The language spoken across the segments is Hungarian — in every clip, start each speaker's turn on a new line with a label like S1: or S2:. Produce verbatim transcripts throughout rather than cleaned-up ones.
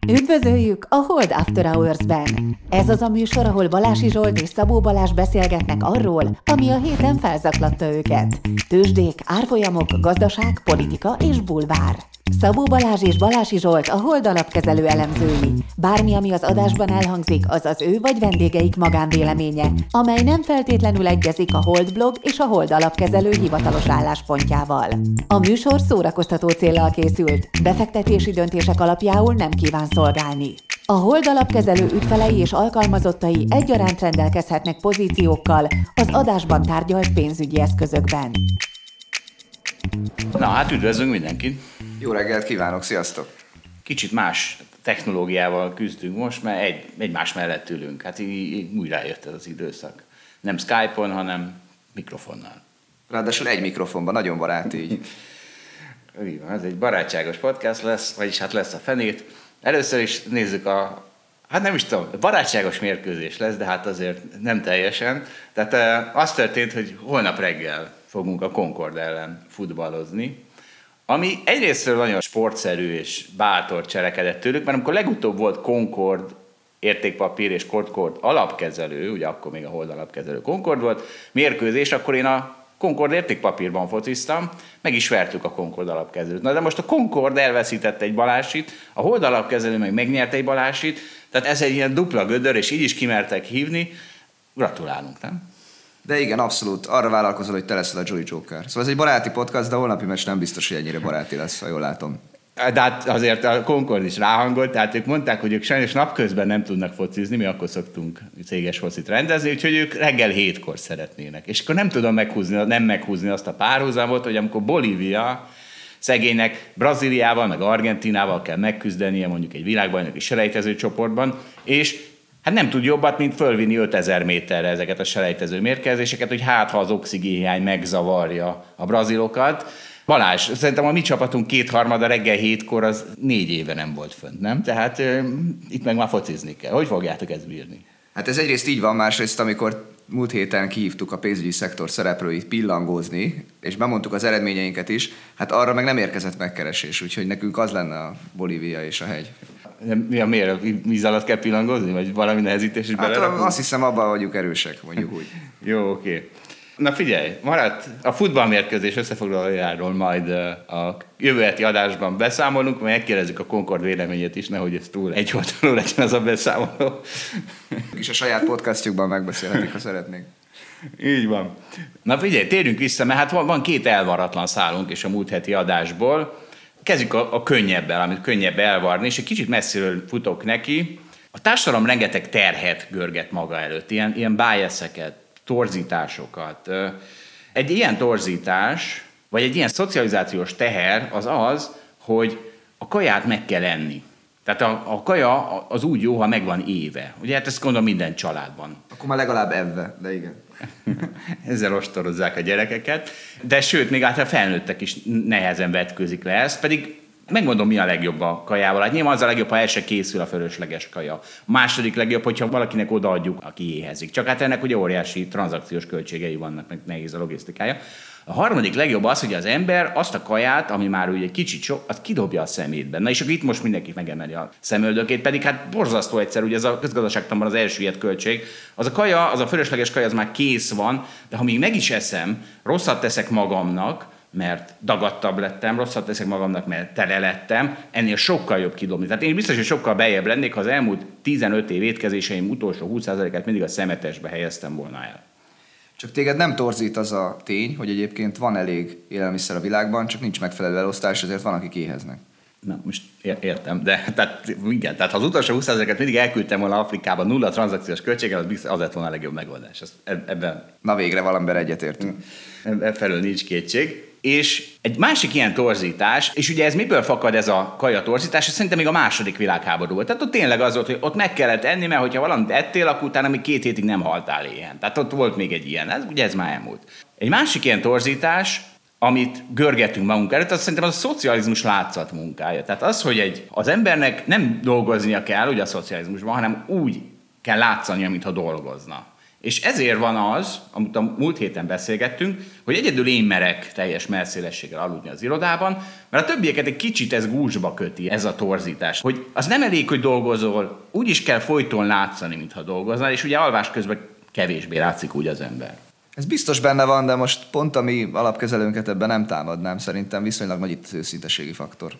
S1: Üdvözöljük a Hold After Hours-ben! Ez az a műsor, ahol Balási Zsolt és Szabó Balázs beszélgetnek arról, ami a héten felzaklatta őket. Tőzsdék, árfolyamok, gazdaság, politika és bulvár. Szabó Balázs és Balási Zsolt a Hold alapkezelő elemzői. Bármi, ami az adásban elhangzik, az az ő vagy vendégeik magánvéleménye, amely nem feltétlenül egyezik a Hold blog és a Hold alapkezelő hivatalos álláspontjával. A műsor szórakoztató céllal készült, befektetési döntések alapjául nem kíván szolgálni. A Hold alapkezelő ügyfelei és alkalmazottai egyaránt rendelkezhetnek pozíciókkal az adásban tárgyalt pénzügyi eszközökben.
S2: Na hát üdvözlünk mindenkit!
S3: Jó reggelt kívánok, sziasztok!
S2: Kicsit más technológiával küzdünk most, mert egy, egymás mellett ülünk. Hát így, így úgy rájött ez az időszak. Nem Skype-on, hanem mikrofonnal.
S3: Ráadásul egy mikrofonban, nagyon baráti így.
S2: Igen, ez egy barátságos podcast lesz, vagyis hát lesz a fenét. Először is nézzük a, hát nem is tudom, barátságos mérkőzés lesz, de hát azért nem teljesen. Tehát az történt, hogy holnap reggel fogunk a Concord ellen futballozni, ami egyrésztről nagyon sportszerű és bátor cselekedett tőlük, mert amikor legutóbb volt Concord értékpapír és Concord alapkezelő, ugye akkor még a Hold alapkezelő Concord volt, mérkőzés, akkor én a Concord értékpapírban fociztam, meg is vertük a Concord alapkezelőt. Na de most a Concord elveszítette egy Balásit, a Hold alapkezelő meg megnyerte egy Balásit, tehát ez egy ilyen dupla gödör, és így is kimertek hívni. Gratulálunk, nem?
S3: De igen, abszolút. Arra vállalkozol, hogy te leszel a Jolly Joker. Szóval ez egy baráti podcast, de a holnapi meccs nem biztos, hogy ennyire baráti lesz, ha jól látom.
S2: De hát azért a Concord is ráhangolt, tehát ők mondták, hogy ők sajnos napközben nem tudnak focizni, mi akkor szoktunk céges focit rendezni, úgyhogy ők reggel hétkor szeretnének. És akkor nem tudom meghúzni, nem meghúzni azt a párhuzamot, hogy amikor Bolívia szegénynek Brazíliával, meg Argentinával kell megküzdenie mondjuk egy világbajnoki selejtező csoportban, és hát nem tud jobbat, mint fölvinni ötezer méterre ezeket a selejtező mérkőzéseket, hogy hát ha az oxigénhiány megzavarja a brazilokat. Balázs, szerintem a mi csapatunk kétharmada reggel hétkor az négy éve nem volt fönt, nem? Tehát e, itt meg már focizni kell. Hogy fogjátok ezt bírni?
S3: Hát ez egyrészt így van, másrészt amikor múlt héten kihívtuk a pénzügyi szektor szereplőit pillangózni, és bemondtuk az eredményeinket is, hát arra meg nem érkezett megkeresés, úgyhogy nekünk az lenne a Bolívia és a hegy.
S2: Mi a miért? Víz alatt kell pillangozni? Vagy valami nehezítés is
S3: hát
S2: belerakunk?
S3: Azt hiszem, abban vagyunk erősek, mondjuk úgy.
S2: Jó, oké. Okay. Na figyelj, maradt a futballmérkőzés összefoglalójáról majd a jövő heti adásban beszámolunk, majd megkérdezzük a Concord véleményét is, nehogy ez túl egyoldalú legyen az a beszámoló.
S3: És a saját podcastjukban megbeszélhetik, ha szeretnék.
S2: Így van. Na figyelj, térjünk vissza, mert hát van, van két elvaratlan szálunk és a múlt heti adásból. Kezdjük a, a könnyebbel, amit könnyebb elvarni, és egy kicsit messziről futok neki. A társadalom rengeteg terhet görget maga előtt, ilyen, ilyen biaseket, torzításokat. Egy ilyen torzítás, vagy egy ilyen szocializációs teher az az, hogy a kaját meg kell enni. Tehát a, a kaja az úgy jó, ha megvan éve. Ugye hát ezt gondolom minden családban.
S3: Akkor már legalább evve, de igen.
S2: Ezzel ostorozzák a gyerekeket. De sőt, még általában felnőttek is nehezen vetkőzik le ezt, pedig megmondom, mi a legjobb a kajával. Hát nyilván az a legjobb, ha el se készül a fölösleges kaja. A második legjobb, hogyha valakinek odaadjuk, aki éhezik. Csak hát ennek ugye óriási tranzakciós költségei vannak, meg nehéz a logisztikája. A harmadik legjobb az, hogy az ember azt a kaját, ami már ugye egy kicsit sok, azt kidobja a szemétben. Na és akkor itt most mindenki megemeli a szemöldökét, pedig hát borzasztó egyszer, ugye ez a közgazdaságtanban az elsüllyedt költség. Az a kaja, az a fölösleges kaja, az már kész van, de ha még meg is eszem, rosszat teszek magamnak, mert dagadtabb lettem, rosszat teszek magamnak, mert tele lettem, ennél sokkal jobb kidobni. Tehát én biztos, hogy sokkal beljebb lennék, ha az elmúlt tizenöt év étkezéseim utolsó húsz százalékát mindig a szemetesbe helyeztem volna el.
S3: Csak téged nem torzít az a tény, hogy egyébként van elég élelmiszer a világban, csak nincs megfelelő elosztás, ezért van, akik éheznek.
S2: Na, most értem, de tehát, igen, tehát ha az utolsó húsz százalékát mindig elküldtem volna Afrikába nulla tranzakciós költséggel, az, biztos, az lett volna a legjobb megoldás. Ez, ebben,
S3: Na végre valamiben egyetértünk.
S2: Ebben felől nincs kétség. És egy másik ilyen torzítás, és ugye ez miből fakad ez a kaja torzítás, ez szerintem még a második világháború volt. Tehát ott tényleg az volt, hogy ott meg kellett enni, mert hogyha valamit ettél, akkor utána még két hétig nem haltál éhen. Tehát ott volt még egy ilyen, ez, ugye ez már elmúlt. Egy másik ilyen torzítás, amit görgetünk magunk előtt, az szerintem az a szocializmus látszat munkája. Tehát az, hogy egy, az embernek nem dolgoznia kell, ugye a szocializmusban, hanem úgy kell látszania, mintha dolgozna. És ezért van az, amit a múlt héten beszélgettünk, hogy egyedül én merek teljes merszélességgel aludni az irodában, mert a többieket egy kicsit ez gúzsba köti, ez a torzítás. Hogy az nem elég, hogy dolgozol, úgy is kell folyton látszani, mintha dolgoznál, és ugye alvás közben kevésbé látszik úgy az ember.
S3: Ez biztos benne van, de most pont a mi alapkezelőnket ebben nem támadnám. Szerintem viszonylag nagy itt az őszinteségi faktor.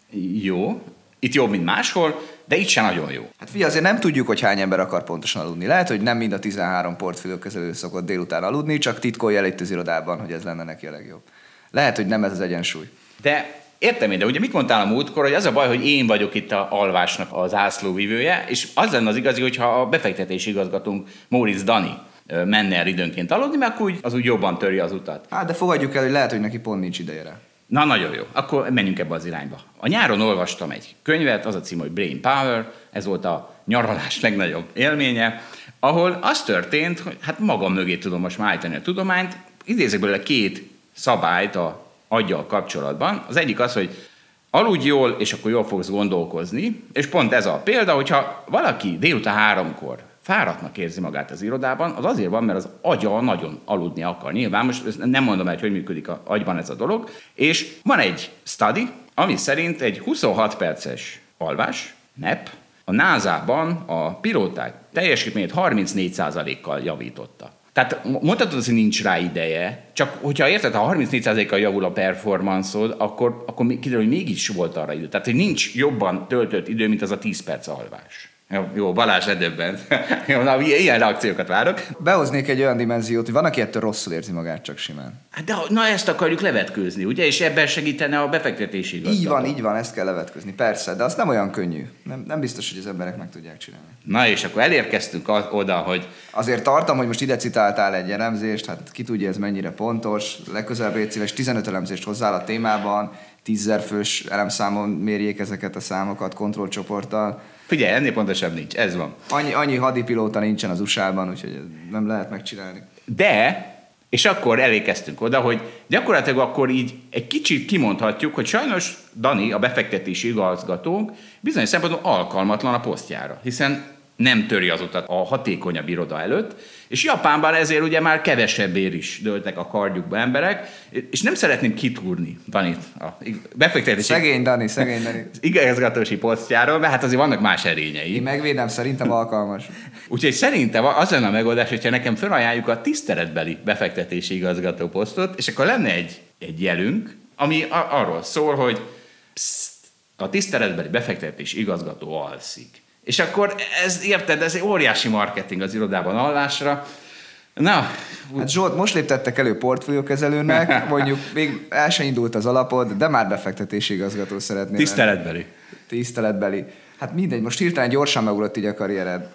S2: Jó. Itt jobb, mint máshol, de itt sem nagyon jó.
S3: Hát figyelj, azért nem tudjuk, hogy hány ember akar pontosan aludni. Lehet, hogy nem mind a tizenhárom portfóliókezelő szokott délután aludni, csak titkolja el itt az irodában, hogy ez lenne neki a legjobb. Lehet, hogy nem ez az egyensúly.
S2: De értem én, de ugye mit mondtál a múltkor, hogy az a baj, hogy én vagyok itt a alvásnak az ászlóvivője, és az lenne az igazi, hogyha a befektetési igazgatónk Móricz Dani menne el időnként aludni, mert akkor úgy, az úgy jobban töri az utat.
S3: Hát, de fogadjuk el, hogy lehet, hogy neki pont nincs ideje rá.
S2: Na, nagyon jó. Akkor menjünk ebbe az irányba. A nyáron olvastam egy könyvet, az a cím, hogy Brain Power, ez volt a nyaralás legnagyobb élménye, ahol az történt, hogy hát magam mögé tudom most már állítani a tudományt, idézek belőle két szabályt a aggyal kapcsolatban. Az egyik az, hogy aludj jól, és akkor jól fogsz gondolkozni, és pont ez a példa, hogyha valaki délután háromkor fáradtnak érzi magát az irodában, az azért van, mert az agya nagyon aludni akar. Nyilván most nem mondom el, hogy hogy működik az agyban ez a dolog, és van egy study, ami szerint egy huszonhat perces alvás, nap, a názában a pilóták teljesítményét harmincnégy százalékkal javította. Tehát mondhatod, hogy nincs rá ideje, csak hogyha érted, ha harmincnégy százalékkal javul a performanszod, akkor, akkor kiderül, hogy mégis volt arra idő. Tehát, hogy nincs jobban töltött idő, mint az a tíz perc alvás. Jó, jó, Balázs edöbbent. Jó, na, ilyen reakciókat várok.
S3: Behoznék egy olyan dimenziót, hogy van, aki ettől rosszul érzi magát csak simán.
S2: Hát de na ezt akarjuk levetkőzni, ugye? És ebben segítene a befektetési igazgató.
S3: Így van, így van, ezt kell levetközni, persze, de az nem olyan könnyű. Nem, nem biztos, hogy az emberek meg tudják csinálni.
S2: Na és akkor elérkeztünk oda, hogy...
S3: Azért tartom, hogy most ide citáltál egy elemzést, hát ki tudja, ez mennyire pontos. Legközelebb légy szíves, tizenöt elemzést hozzál a témában, tízezer fős elemszámon mérjék ezeket a számokat kontrollcsoporttal.
S2: Figyelj, ennél pontosabb nincs, ez van.
S3: Annyi, annyi hadipilóta nincsen az u es á-ban, úgyhogy nem lehet megcsinálni.
S2: De, és akkor elérkeztünk oda, hogy gyakorlatilag akkor így egy kicsit kimondhatjuk, hogy sajnos Dani, a befektetési igazgatónk bizonyos szempontból alkalmatlan a posztjára, hiszen nem töri az utat a hatékonyabb iroda előtt, és Japánban ezért ugye már kevesebbért is dőltek a kardjukba emberek, és nem szeretném kitúrni Danit a befektetési...
S3: Szegény Dani, szegény Dani.
S2: igazgatósi posztjáról, mert hát azért vannak más erényei.
S3: Én megvédem, szerintem alkalmas.
S2: Úgyhogy szerintem az lenne a megoldás, hogyha nekem felajánljuk a tiszteletbeli befektetési igazgató posztot, és akkor lenne egy, egy jelünk, ami a- arról szól, hogy pszt, a tiszteletbeli befektetési igazgató alszik. És akkor ez, érted, ez egy óriási marketing az irodában alvásra. Na.
S3: Hát Zsolt, most léptettek elő portfóliókezelőnek, mondjuk még el sem indult az alapod, de már befektetési igazgató szeretnél.
S2: Tiszteletbeli.
S3: Tiszteletbeli. Hát mindegy, most hirtelen gyorsan megugrott így a karriered.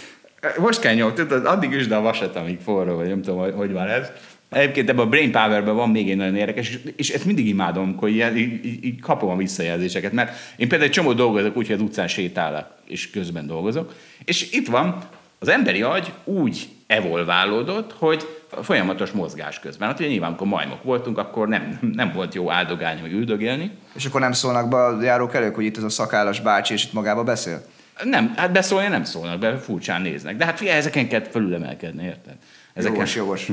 S2: Most kell nyomni, tudod, addig üsd a vasat, amíg forró, vagy nem tudom, hogy, hogy van ez. Egyébként ebben a Brain Power-ben van még egy nagyon érdekes, és ezt mindig imádom, amikor így, így, így kapom a visszajelzéseket, mert én például egy csomó dolgozok úgy, hogy az utcán sétálok, és közben dolgozok, és itt van, az emberi agy úgy evolválódott, hogy folyamatos mozgás közben. Hát ugye nyilván, amikor majmok voltunk, akkor nem, nem volt jó áldogálni, meg üldögélni.
S3: És akkor nem szólnak be a járók elők, hogy itt ez a szakállas bácsi, és itt magába beszél?
S2: Nem, hát beszólni nem szólnak be, furcsán néznek. De hát figyelj, ezeken kell fölülemelkedni, érted? Ezeken...
S3: Jogos, jogos.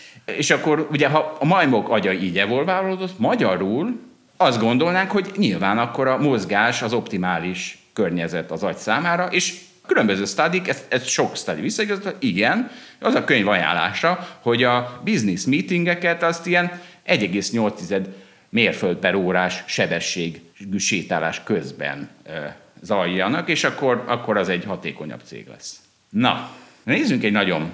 S2: És akkor ugye, ha a majmok agya így evolválódott, magyarul azt gondolnánk, hogy nyilván akkor a mozgás az optimális környezet az agy számára, és különböző sztádik, ez, ez sok sztádi visszaigazolta, igen, az a könyv ajánlása, hogy a business meetingeket azt ilyen egy egész nyolc mérföld per órás sebességű sétálás közben e, zajjanak, és akkor, akkor az egy hatékonyabb cég lesz. Na, nézzünk egy nagyon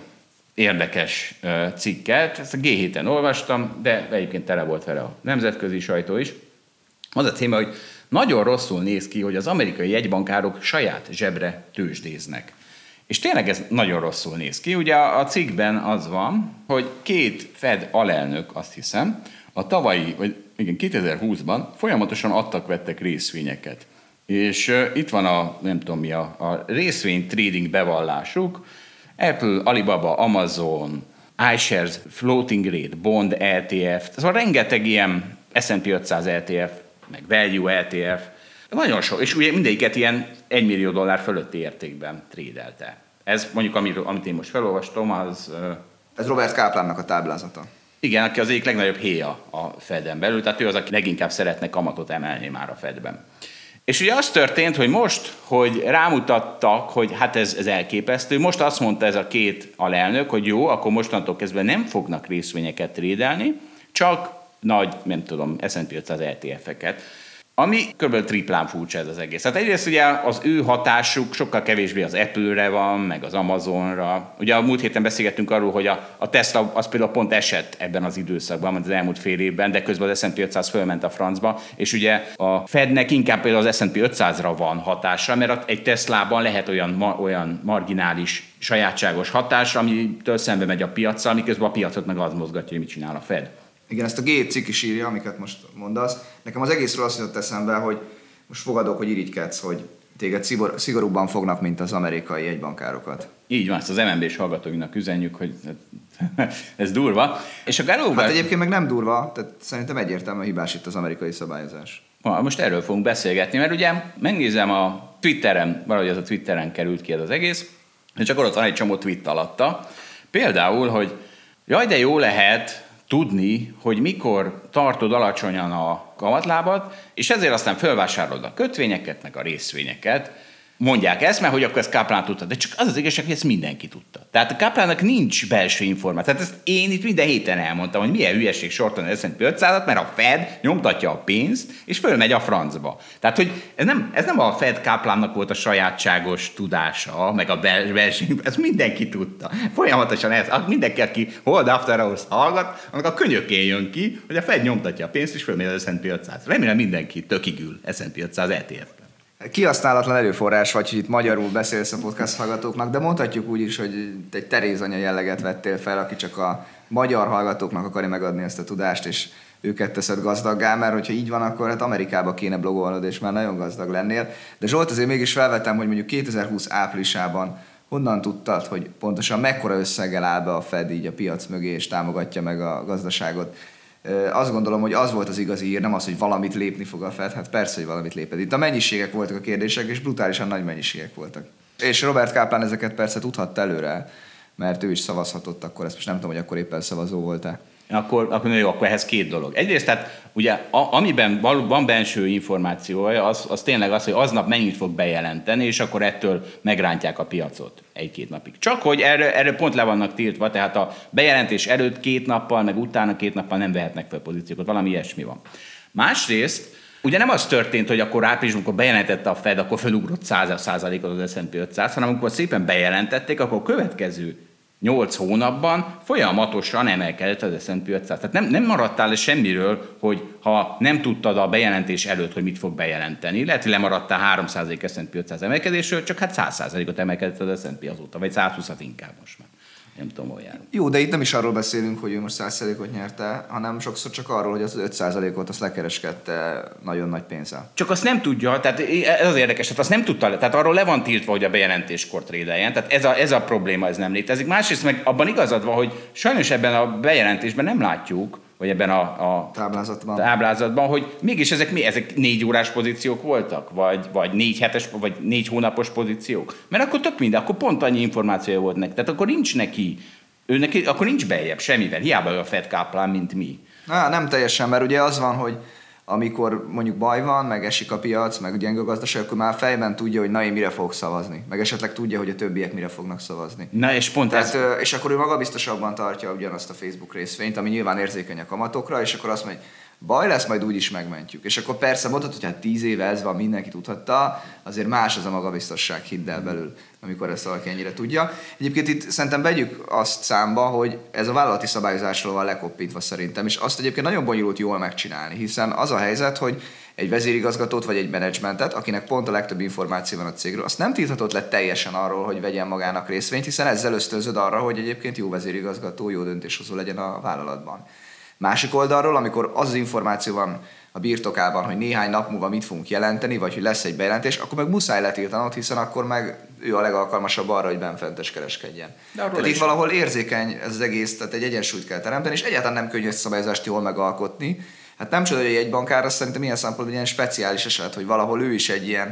S2: érdekes e, cikket, ezt a gé héten olvastam, de egyébként tele volt vele a nemzetközi sajtó is. Az a címe, hogy nagyon rosszul néz ki, hogy az amerikai jegybankárok saját zsebre tőzsdéznek. És tényleg ez nagyon rosszul néz ki. Ugye a cikkben az van, hogy két Fed alelnök, azt hiszem, a tavalyi, vagy igen, kétezer-húszban folyamatosan adtak-vettek részvényeket. És uh, itt van a, nem tudom mi, a, a részvény trading bevallásuk, Apple, Alibaba, Amazon, iShares, Floating Rate, Bond é té ef, szóval rengeteg ilyen es and pé ötszáz é té ef, meg Value é té ef, nagyon sok, és ugye mindegyiket ilyen egymillió dollár fölötti értékben trédelte. Ez mondjuk, amit én most felolvastam, az...
S3: Ez Robert Kaplannak a táblázata.
S2: Igen, aki az egyik legnagyobb héja a Feden belül, tehát ő az, aki leginkább szeretne kamatot emelni már a Fedben. És ugye az történt, hogy most, hogy rámutattak, hogy hát ez, ez elképesztő, most azt mondta ez a két alelnök, hogy jó, akkor mostantól kezdve nem fognak részvényeket trédelni, csak nagy, nem tudom, es and pé ötszáz é té ef-eket. Ami kb. Triplán furcsa ez az egész. Tehát egyrészt ugye az ő hatásuk sokkal kevésbé az Apple-re van, meg az Amazonra. Ugye a múlt héten beszélgettünk arról, hogy a, a Tesla az például pont esett ebben az időszakban, az elmúlt fél évben, de közben az es and pé ötszáz fölment a francba, és ugye a Fednek inkább például az es and pé ötszázra van hatása, mert egy Teslában lehet olyan, ma, olyan marginális, sajátságos hatás, amitől szembe megy a piaccal, miközben a piacot meg az mozgatja, hogy mit csinál a Fed.
S3: Igen, ezt a G cikk is írja, amiket most mondasz. Nekem az egészről azt jutott eszembe, hogy most fogadok, hogy irigykedsz, hogy téged szigor, szigorúbban fognak, mint az amerikai jegybankárokat.
S2: Így van, ezt az em en bé-s hallgatóinak üzenjük, hogy ez durva. És a Galloway...
S3: Hát egyébként meg nem durva, tehát szerintem egyértelműen hibás itt az amerikai szabályozás.
S2: Most erről fogunk beszélgetni, mert ugye megnézem a Twitteren, valahogy ez a Twitteren került ki ez az egész, és akkor ott van egy csomó tweet alatta. Például, hogy jaj, de jó lehet tudni, hogy mikor tartod alacsonyan a kamatlábat, és ezért aztán fölvásárolod a kötvényeket, meg a részvényeket. Mondják ezt, mert hogy akkor ezt Kaplan tudta. De csak az az igazság, hogy ezt mindenki tudta. Tehát a Kaplannak nincs belső információ. Tehát ezt én itt minden héten elmondtam, hogy milyen hülyeség sortolni az es and pé ötszázat, mert a Fed nyomtatja a pénzt, és fölmegy a francba. Tehát, hogy ez nem, ez nem a Fed Kaplannak volt a sajátságos tudása, meg a belső, ezt mindenki tudta. Folyamatosan ez, mindenki, aki Hold After Hours hallgat, annak a könyökén jön ki, hogy a Fed nyomtatja a pénzt, és fölmegy az es and pé ötszáz. Remélem mindenki tökig ül es and pé ötszáz é té ef-ben.
S3: Kihasználatlan erőforrás vagy, hogy itt magyarul beszélsz a podcast hallgatóknak, de mondhatjuk úgy is, hogy egy Teréz anya jelleget vettél fel, aki csak a magyar hallgatóknak akarja megadni ezt a tudást, és őket teszed gazdaggá, mert hogyha így van, akkor hát Amerikába kéne blogolnod, és már nagyon gazdag lennél. De Zsolt, azért mégis felvettem, hogy mondjuk kétezer-húsz áprilisában honnan tudtad, hogy pontosan mekkora összeggel áll be a Fed így a piac mögé, és támogatja meg a gazdaságot? Azt gondolom, hogy az volt az igazi ír, nem az, hogy valamit lépni fog a Fed, hát persze, hogy valamit léped. Itt a mennyiségek voltak a kérdések, és brutálisan nagy mennyiségek voltak. És Robert Kaplan ezeket persze tudhatta előre, mert ő is szavazhatott akkor, ezt most nem tudom, hogy akkor éppen szavazó volt-e.
S2: Akkor, akkor jó, akkor ehhez két dolog. Egyrészt, tehát ugye a, amiben van belső információja, az, az tényleg az, hogy aznap mennyit fog bejelenteni, és akkor ettől megrántják a piacot egy-két napig. Csak hogy erre, erre pont le vannak tiltva, tehát a bejelentés előtt két nappal, meg utána két nappal nem vehetnek fel pozíciókat, valami ilyesmi van. Másrészt, ugye nem az történt, hogy akkor áprilisban, amikor bejelentette a Fed, akkor felugrott száz százalékot az es and pé ötszáz, hanem amikor szépen bejelentették, akkor a következő nyolc hónapban folyamatosan emelkedett az es and pé ötszáz. Tehát nem, nem maradtál le semmiről, hogy ha nem tudtad a bejelentés előtt, hogy mit fog bejelenteni, lehet, hogy lemaradtál három százalék es and pé ötszáz emelkedésről, csak hát száz százalékot emelkedett az es and pé azóta, vagy száz húszat inkább most már. Nem tudom, olyan.
S3: Jó, de itt nem is arról beszélünk, hogy ő most száz százalékot nyerte, hanem sokszor csak arról, hogy az öt százalékot azt lekereskedte nagyon nagy pénzzel.
S2: Csak azt nem tudja, tehát ez az érdekes, tehát azt nem tudta, tehát arról le van tiltva, hogy a bejelentéskor trédeljen, tehát ez a, ez a probléma, ez nem létezik. Másrészt meg abban igazad van, hogy sajnos ebben a bejelentésben nem látjuk, vagy ebben a, a
S3: táblázatban.
S2: táblázatban, hogy mégis ezek mi, ezek négy órás pozíciók voltak, vagy, vagy négy hetes, vagy négy hónapos pozíciók. Mert akkor tök minden, akkor pont annyi információja volt neki. Tehát akkor nincs neki, ő neki, akkor nincs beljebb semmivel, hiába ő a Fed Kaplan, mint mi.
S3: Na, nem teljesen, mert ugye az van, hogy amikor mondjuk baj van, meg esik a piac, meg gyenge a gazdaság, akkor már fejben tudja, hogy na én mire fogok szavazni. Meg esetleg tudja, hogy a többiek mire fognak szavazni.
S2: Na és pont
S3: Tehát,
S2: ez...
S3: És akkor ő magabiztosabban tartja ugyanazt a Facebook részvényt, ami nyilván érzékeny a kamatokra, és akkor azt mondja, baj lesz, majd úgyis megmentjük. És akkor persze mondhatod, hogy hát tíz éve ez van, mindenki tudhatta, azért más az a magabiztosság, hidd el belül, amikor ezt valaki ennyire tudja. Egyébként itt szerintem vegyük azt számba, hogy ez a vállalati szabályozásról van lekoppintva szerintem, és azt egyébként nagyon bonyolult jól megcsinálni, hiszen az a helyzet, hogy egy vezérigazgatót vagy egy menedzsmentet, akinek pont a legtöbb információ van a cégről, azt nem tilthatott le teljesen arról, hogy vegyen magának részvényt, hiszen ezzel ösztönzöd arra, hogy egyébként jó vezérigazgató, jó döntéshozó legyen a vállalatban. Másik oldalról, amikor az az információ van a birtokában, hogy néhány nap múlva mit fogunk jelenteni, vagy hogy lesz egy bejelentés, akkor meg muszáj letiltanod, hiszen akkor meg ő a legalkalmasabb arra, hogy benfentes kereskedjen. Tehát itt valahol érzékeny ez az egész, tehát egy egyensúlyt kell teremteni, és egyáltalán nem könnyű ezt szabályozást jól megalkotni. Hát nem csoda, hogy egy bankár, azt szerintem ilyen szempontból egy ilyen speciális eset, hogy valahol ő is egy ilyen,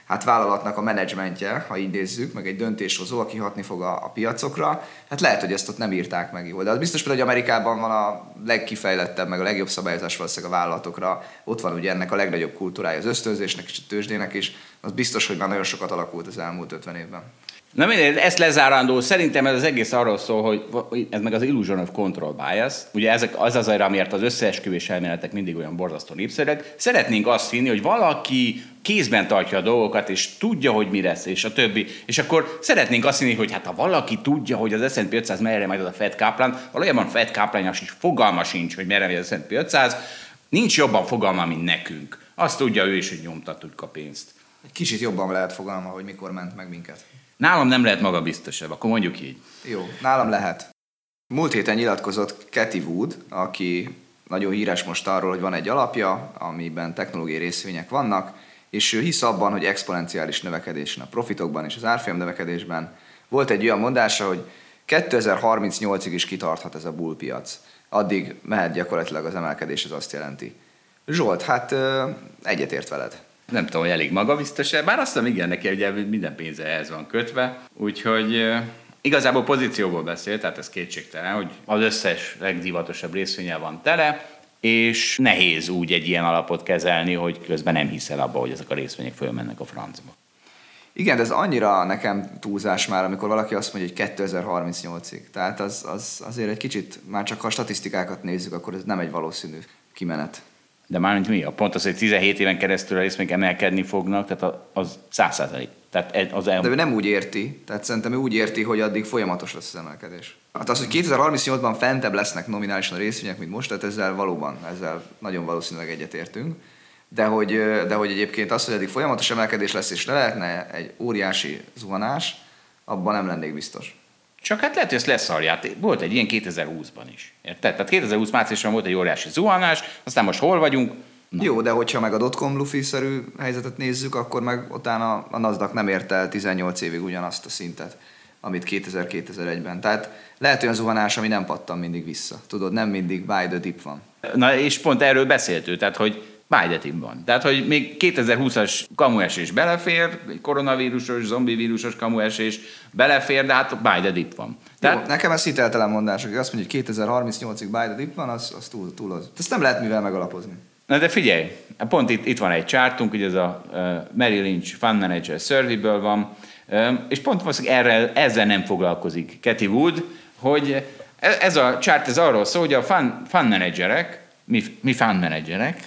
S3: hát vállalatnak a menedzsmentje, ha így nézzük, meg egy döntéshozó, aki hatni fog a, a piacokra, hát lehet, hogy ezt ott nem írták meg jól. De az biztos, hogy Amerikában van a legkifejlettebb, meg a legjobb szabályozás valószínűleg a vállalatokra. Ott van ugye ennek a legnagyobb kultúrája az ösztönzésnek és a tőzsdének is. Az biztos, hogy már nagyon sokat alakult az elmúlt ötven évben.
S2: Na mindegy, ezt lezárandó, szerintem ez az egész arról szól, hogy ez meg az illusion of control bias, ugye ezek az az arra, amiért az összeesküvés elméletek mindig olyan borzasztó népszerűek. Szeretnénk azt hinni, hogy valaki kézben tartja a dolgokat, és tudja, hogy mi lesz, és a többi. És akkor szeretnénk azt hinni, hogy hát ha valaki tudja, hogy az es and pé ötszáz merre majd az a Fed Kaplan, valójában Fed Kaplannak is fogalma sincs, hogy merre megy az es and pé ötszáz, nincs jobban fogalma, mint nekünk. Azt tudja ő is, hogy nyomtatjuk a pénzt.
S3: Egy kicsit jobban lehet fogalma, hogy mikor ment meg minket.
S2: Nálam nem lehet magabiztosabb, akkor mondjuk így.
S3: Jó, nálam lehet. Múlt héten nyilatkozott Cathie Wood, aki nagyon híres most arról, hogy van egy alapja, amiben technológiai részvények vannak, és ő hisz abban, hogy exponenciális növekedésen a profitokban és az árfolyam növekedésben. Volt egy olyan mondása, hogy kétezer-harmincnyolcig is kitarthat ez a bullpiac. Addig mehet gyakorlatilag az emelkedés, ez azt jelenti. Zsolt, hát egyetért veled.
S2: Nem tudom, hogy elég magabiztos-e, bár azt mondom, igen, neki ugye minden pénze ehhez van kötve, úgyhogy e, igazából pozícióból beszél, tehát ez kétségtelen, hogy az összes legdivatosabb részvényel van tele, és nehéz úgy egy ilyen alapot kezelni, hogy közben nem hiszel abba, hogy ezek a részvények fölmennek a francba.
S3: Igen, de ez annyira nekem túlzás már, amikor valaki azt mondja, hogy kétezer-harmincnyolcig. Tehát az, az azért egy kicsit, már csak ha a statisztikákat nézzük, akkor ez nem egy valószínű kimenet.
S2: De mármint mi? A pont az, hogy tizenhét éven keresztül a részvények emelkedni fognak, tehát az száz százalék. Tehát az el...
S3: De ő nem úgy érti, tehát szerintem ő úgy érti, hogy addig folyamatos lesz az emelkedés. Hát az, hogy kétezer-harmincnyolcban fentebb lesznek nominálisan a részvények, mint most, tehát ezzel valóban, ezzel nagyon valószínűleg egyetértünk. De hogy, de hogy egyébként az, hogy eddig folyamatos emelkedés lesz, és le lehetne egy óriási zuhanás, abban nem lennék biztos.
S2: Csak hát lehet, hogy ezt leszarják. Volt egy ilyen kétezer-húszban is. Érted? Tehát kétezer-húsz márciusban volt egy óriási zuhanás, aztán most hol vagyunk?
S3: Na. Jó, de hogyha meg a dotcom lufi-szerű helyzetet nézzük, akkor meg utána a NASDAQ nem ért el tizennyolc évig ugyanazt a szintet, amit kétezer-kétezer-egyben. Tehát lehet olyan zuhanás, ami nem pattan mindig vissza. Tudod, nem mindig buy the dip van.
S2: Na és pont erről beszélt ő, tehát hogy buy the dip van. Tehát, hogy még kétezer-húszas kamuesés belefér, koronavírusos, zombivírusos kamuesés belefér, de hát buy the dip van.
S3: Tehát... Jó, nekem ez hiteltelen mondás, hogy azt mondja, hogy kétezer-harmincnyolcig buy the dip van, az, az túl, túl az. Ezt nem lehet mivel megalapozni.
S2: Na de figyelj, pont itt, itt van egy csártunk, ugye ez a uh, Merrill Lynch Fund Manager Survey-ből van, um, és pont valószínűleg erre, ezzel nem foglalkozik Cathie Wood, hogy ez a csárt ez arról szól, hogy a fund, fund managerek, mi, mi fund managerek?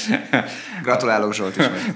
S3: Gratulálok Zsolt ismét.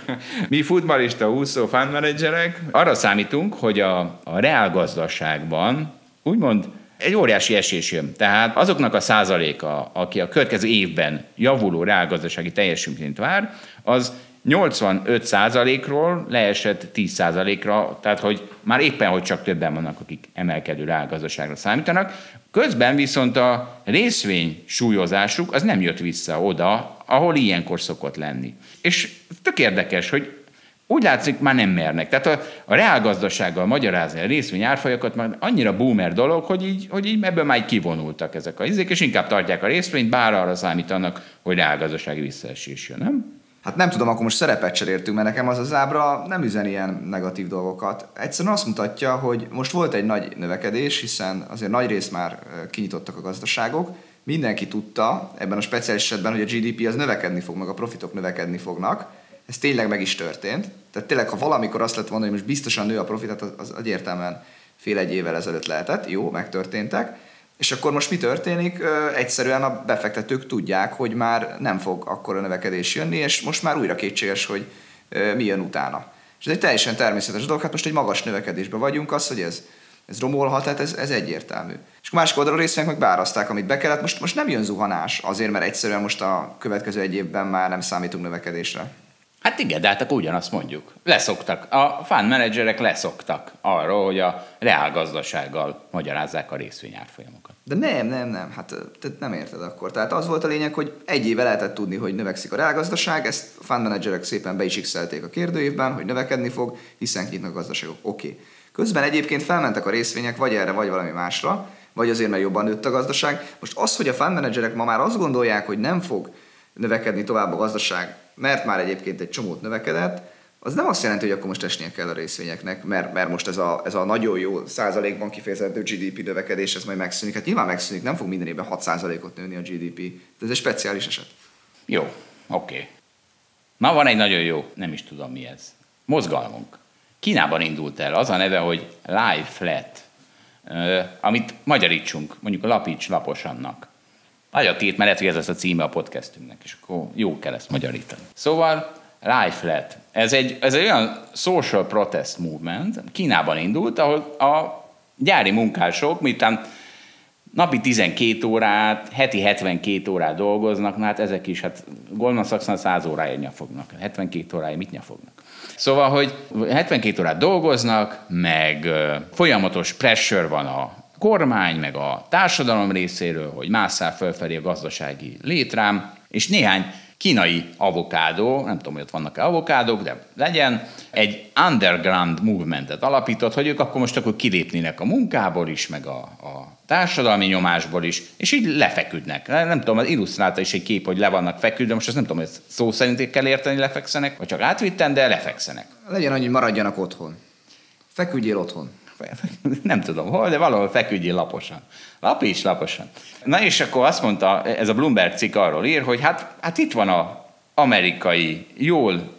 S2: Mi futballista, úszó fund managerek arra számítunk, hogy a, a reálgazdaságban úgymond egy óriási esés jön. Tehát azoknak a százaléka, aki a következő évben javuló reálgazdasági teljesítményt vár, az nyolcvanöt százalékról leesett tíz százalékra, tehát hogy már éppen, hogy csak többen vannak, akik emelkedő reálgazdaságra számítanak. Közben viszont a részvény súlyozásuk az nem jött vissza oda, ahol ilyenkor szokott lenni. És tök érdekes, hogy úgy látszik, már nem mernek. Tehát a, a reálgazdasággal magyarázni a részvény árfolyamokat már annyira boomer dolog, hogy így, hogy így ebből már így kivonultak ezek a izék, és inkább tartják a részvényt, bár arra számítanak, hogy reálgazdasági visszaesés jön, nem?
S3: Hát nem tudom, akkor most szerepet cseréltünk, mert nekem az az ábra nem üzen ilyen negatív dolgokat. Egyszerűen azt mutatja, hogy most volt egy nagy növekedés, hiszen azért nagy rész már kinyitottak a gazdaságok. Mindenki tudta ebben a speciális esetben, hogy a gé dé pé az növekedni fog, meg a profitok növekedni fognak. Ez tényleg meg is történt. Tehát tényleg, ha valamikor azt lett volna, hogy most biztosan nő a profit, az, az egyértelműen fél egy évvel ezelőtt lehetett. Jó, megtörténtek. És akkor most mi történik? Egyszerűen a befektetők tudják, hogy már nem fog akkora növekedés jönni, és most már újra kétséges, hogy mi jön utána. És ez egy teljesen természetes dolog, hát most egy magas növekedésben vagyunk, az, hogy ez, ez romolhat, hát ez, ez egyértelmű. És a másik oldalról részvények meg beáraszták, amit be kellett. Most, most nem jön zuhanás, azért, mert egyszerűen most a következő egy évben már nem számítunk növekedésre.
S2: Hát igen, de hát akkor ugyanazt mondjuk. Leszoktak, a fund managerek leszoktak arról, hogy a reálgazdasággal magyarázzák a részvényárfolyamokat.
S3: De nem, nem, nem, hát te nem érted akkor. Tehát az volt a lényeg, hogy egy éve lehetett tudni, hogy növekszik a reálgazdaság, ezt a fund managerek szépen be is x-elték a kérdőívben, hogy növekedni fog, hiszen nyitnak a gazdaságok. Oké. Okay. Közben egyébként felmentek a részvények, vagy erre, vagy valami másra, vagy azért, mert jobban nőtt a gazdaság. Most az, hogy a fund managerek ma már azt gondolják, hogy nem fog növekedni tovább a gazdaság, mert már egyébként egy csomót növekedett, az nem azt jelenti, hogy akkor most esnie kell a részvényeknek, mert, mert most ez a, ez a nagyon jó százalékban kifejezhető gé dé pé növekedés, ez majd megszűnik. Hát nyilván megszűnik, nem fog minden évben hat százalékot nőni a gé dé pé. Ez egy speciális eset.
S2: Jó, oké. Okay. Ma van egy nagyon jó, nem is tudom mi ez, mozgalmunk. Kínában indult el, az a neve, hogy Lie Flat, amit magyarítsunk, mondjuk lapíts laposannak. Nagyon tét, mert lehet, hogy ez lesz a címe a podcastünknek, és akkor jó kell ezt magyarítani. Szóval Lie Flat. Ez egy, ez egy olyan social protest movement, Kínában indult, ahol a gyári munkások, miután napi tizenkét órát, heti hetvenkét órát dolgoznak, na hát ezek is, hát Goldman Sachs-nál száz óráért nyafognak, hetvenkét óráért mit nyafognak? Szóval, hogy hetvenkét órát dolgoznak, meg folyamatos pressure van a kormány, meg a társadalom részéről, hogy másszál fölfelé a gazdasági létrám, és néhány kínai avokádó, nem tudom, hogy ott vannak-e avokádók, de legyen, egy underground movementet alapított, hogy ők akkor most akkor kilépnének a munkából is, meg a, a társadalmi nyomásból is, és így lefeküdnek. Nem tudom, az illusztrálta is egy kép, hogy le vannak feküdve, most azt nem tudom, hogy szó szerint kell érteni, lefekszenek, vagy csak átvitten, de lefekszenek.
S3: Legyen annyi, hogy maradjanak otthon. Feküdjél otthon.
S2: Nem tudom hol, de valahol feküdjél laposan. Lapíts laposan. Na és akkor azt mondta, ez a Bloomberg cikk arról ír, hogy hát, hát itt van az amerikai, jól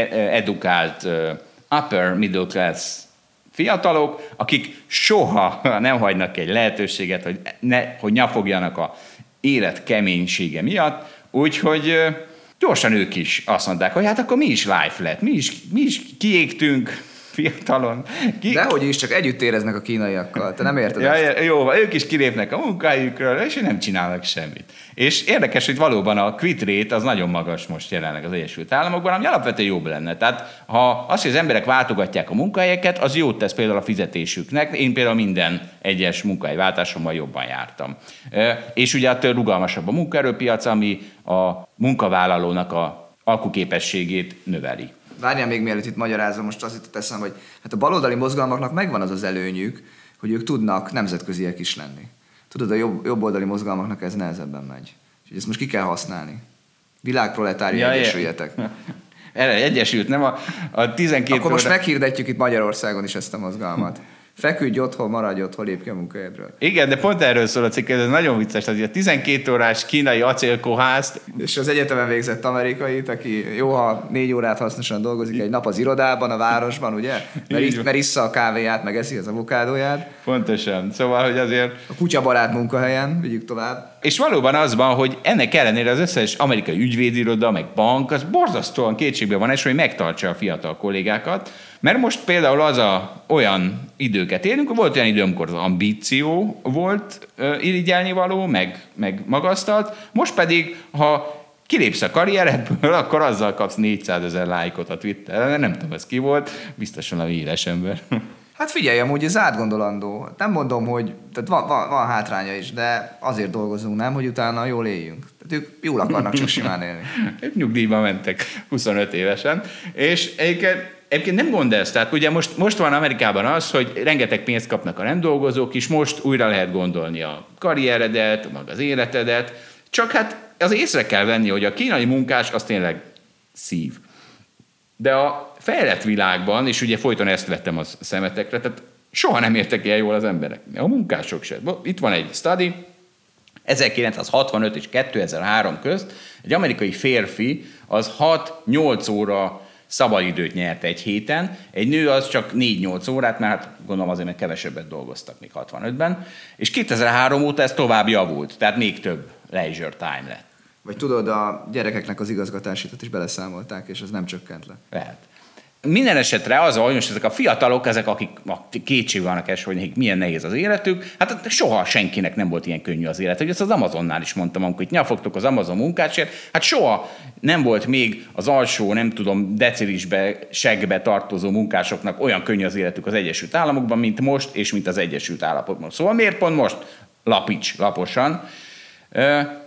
S2: edukált upper middle class fiatalok, akik soha nem hagynak egy lehetőséget, hogy, ne, hogy nyafogjanak a élet keménysége miatt, úgyhogy gyorsan ők is azt mondták, hogy hát akkor mi is life lett, mi is, mi is kiégtünk, fiatalon. Ki...
S3: Dehogy is, csak együtt éreznek a kínaiakkal. Te nem érted
S2: ja,
S3: ezt?
S2: Jó, ők is kilépnek a munkájukról, és nem csinálnak semmit. És érdekes, hogy valóban a quit rate az nagyon magas most jelenleg az Egyesült Államokban, ami alapvetően jobb lenne. Tehát ha az, hogy az emberek váltogatják a munkahelyeket, az jót tesz például a fizetésüknek. Én például minden egyes munkahelyváltásommal jobban jártam. És ugye attól rugalmasabb a munkaerőpiac, ami a munkavállalónak a alkuképességét növeli.
S3: Várjál még mielőtt itt magyarázom, most azt itt eszem, hogy hát a baloldali mozgalmaknak megvan az az előnyük, hogy ők tudnak nemzetköziek is lenni. Tudod, a jobb, jobboldali mozgalmaknak ez nehezebben megy. Úgyhogy ezt most ki kell használni. Világproletárium, ja, egyesüljetek.
S2: Erre egyesült, nem a, a tizenkét
S3: Akkor most
S2: óra...
S3: meghirdetjük itt Magyarországon is ezt a mozgalmat. Feküdj otthon, maradj otthon, lépj ki a munkahelyedről.
S2: Igen, de pont erről szól a cikk, ez nagyon vicces. Tehát a tizenkét órás kínai acélkoházt...
S3: És az egyetemen végzett amerikait, aki jó, ha négy órát hasznosan dolgozik egy nap az irodában, a városban, ugye? Mert, mert issza a kávéját, meg eszi az avokádóját.
S2: Pontosan. Szóval, hogy azért...
S3: A kutyabarát munkahelyen, vigyük tovább.
S2: És valóban az van, hogy ennek ellenére az összes amerikai ügyvédiroda, meg bank, az borzasztóan kétségbe van esve, hogy megtartsa a fiatal kollégákat. Mert most például az a, olyan időket élünk, volt olyan idő, amikor az ambíció volt uh, irigyelni való, meg, meg magasztalt, most pedig, ha kilépsz a karrieredből, akkor azzal kapsz négyszázezer lájkot a Twitteren, nem tudom, ez ki volt, biztos valami híres ember.
S3: Hát figyelj, amúgy ez átgondolandó. Nem mondom, hogy tehát van, van, van hátránya is, de azért dolgozunk, nem, hogy utána jól éljünk. Tehát ők jól akarnak csak simán élni.
S2: Ők nyugdíjba mentek huszonöt évesen, és egyébként Egyébként nem gond ez, tehát ugye most, most van Amerikában az, hogy rengeteg pénzt kapnak a nem dolgozók, és most újra lehet gondolni a karrieredet, meg az életedet, csak hát az észre kell venni, hogy a kínai munkás az tényleg szív. De a fejlett világban, és ugye folyton ezt vettem a szemetekre, tehát soha nem értek el jól az emberek. A munkások se. Itt van egy study, ezerkilencszázhatvanöt és kétezer-három közt egy amerikai férfi az hat-nyolc óra szabadidőt nyert egy héten, egy nő az csak négy-nyolc órát, mert hát gondolom azért, mert kevesebbet dolgoztak még hatvanötben, és kétezer-három óta ez tovább javult, tehát még több leisure time lett.
S3: Vagy tudod, a gyerekeknek az igazgatásítat is beleszámolták, és az nem csökkent le.
S2: Lehet. Minden esetre az, hogy most ezek a fiatalok, ezek, akik kétség vannak esve, hogy milyen nehéz az életük, hát soha senkinek nem volt ilyen könnyű az élet. Hogy ezt az Amazonnál is mondtam, amikor itt nyafogtok az Amazon munkácsért, hát soha nem volt még az alsó, nem tudom, decilisbe, segbe tartozó munkásoknak olyan könnyű az életük az Egyesült Államokban, mint most, és mint az Egyesült Államokban. Szóval miért pont most? Lapíts laposan.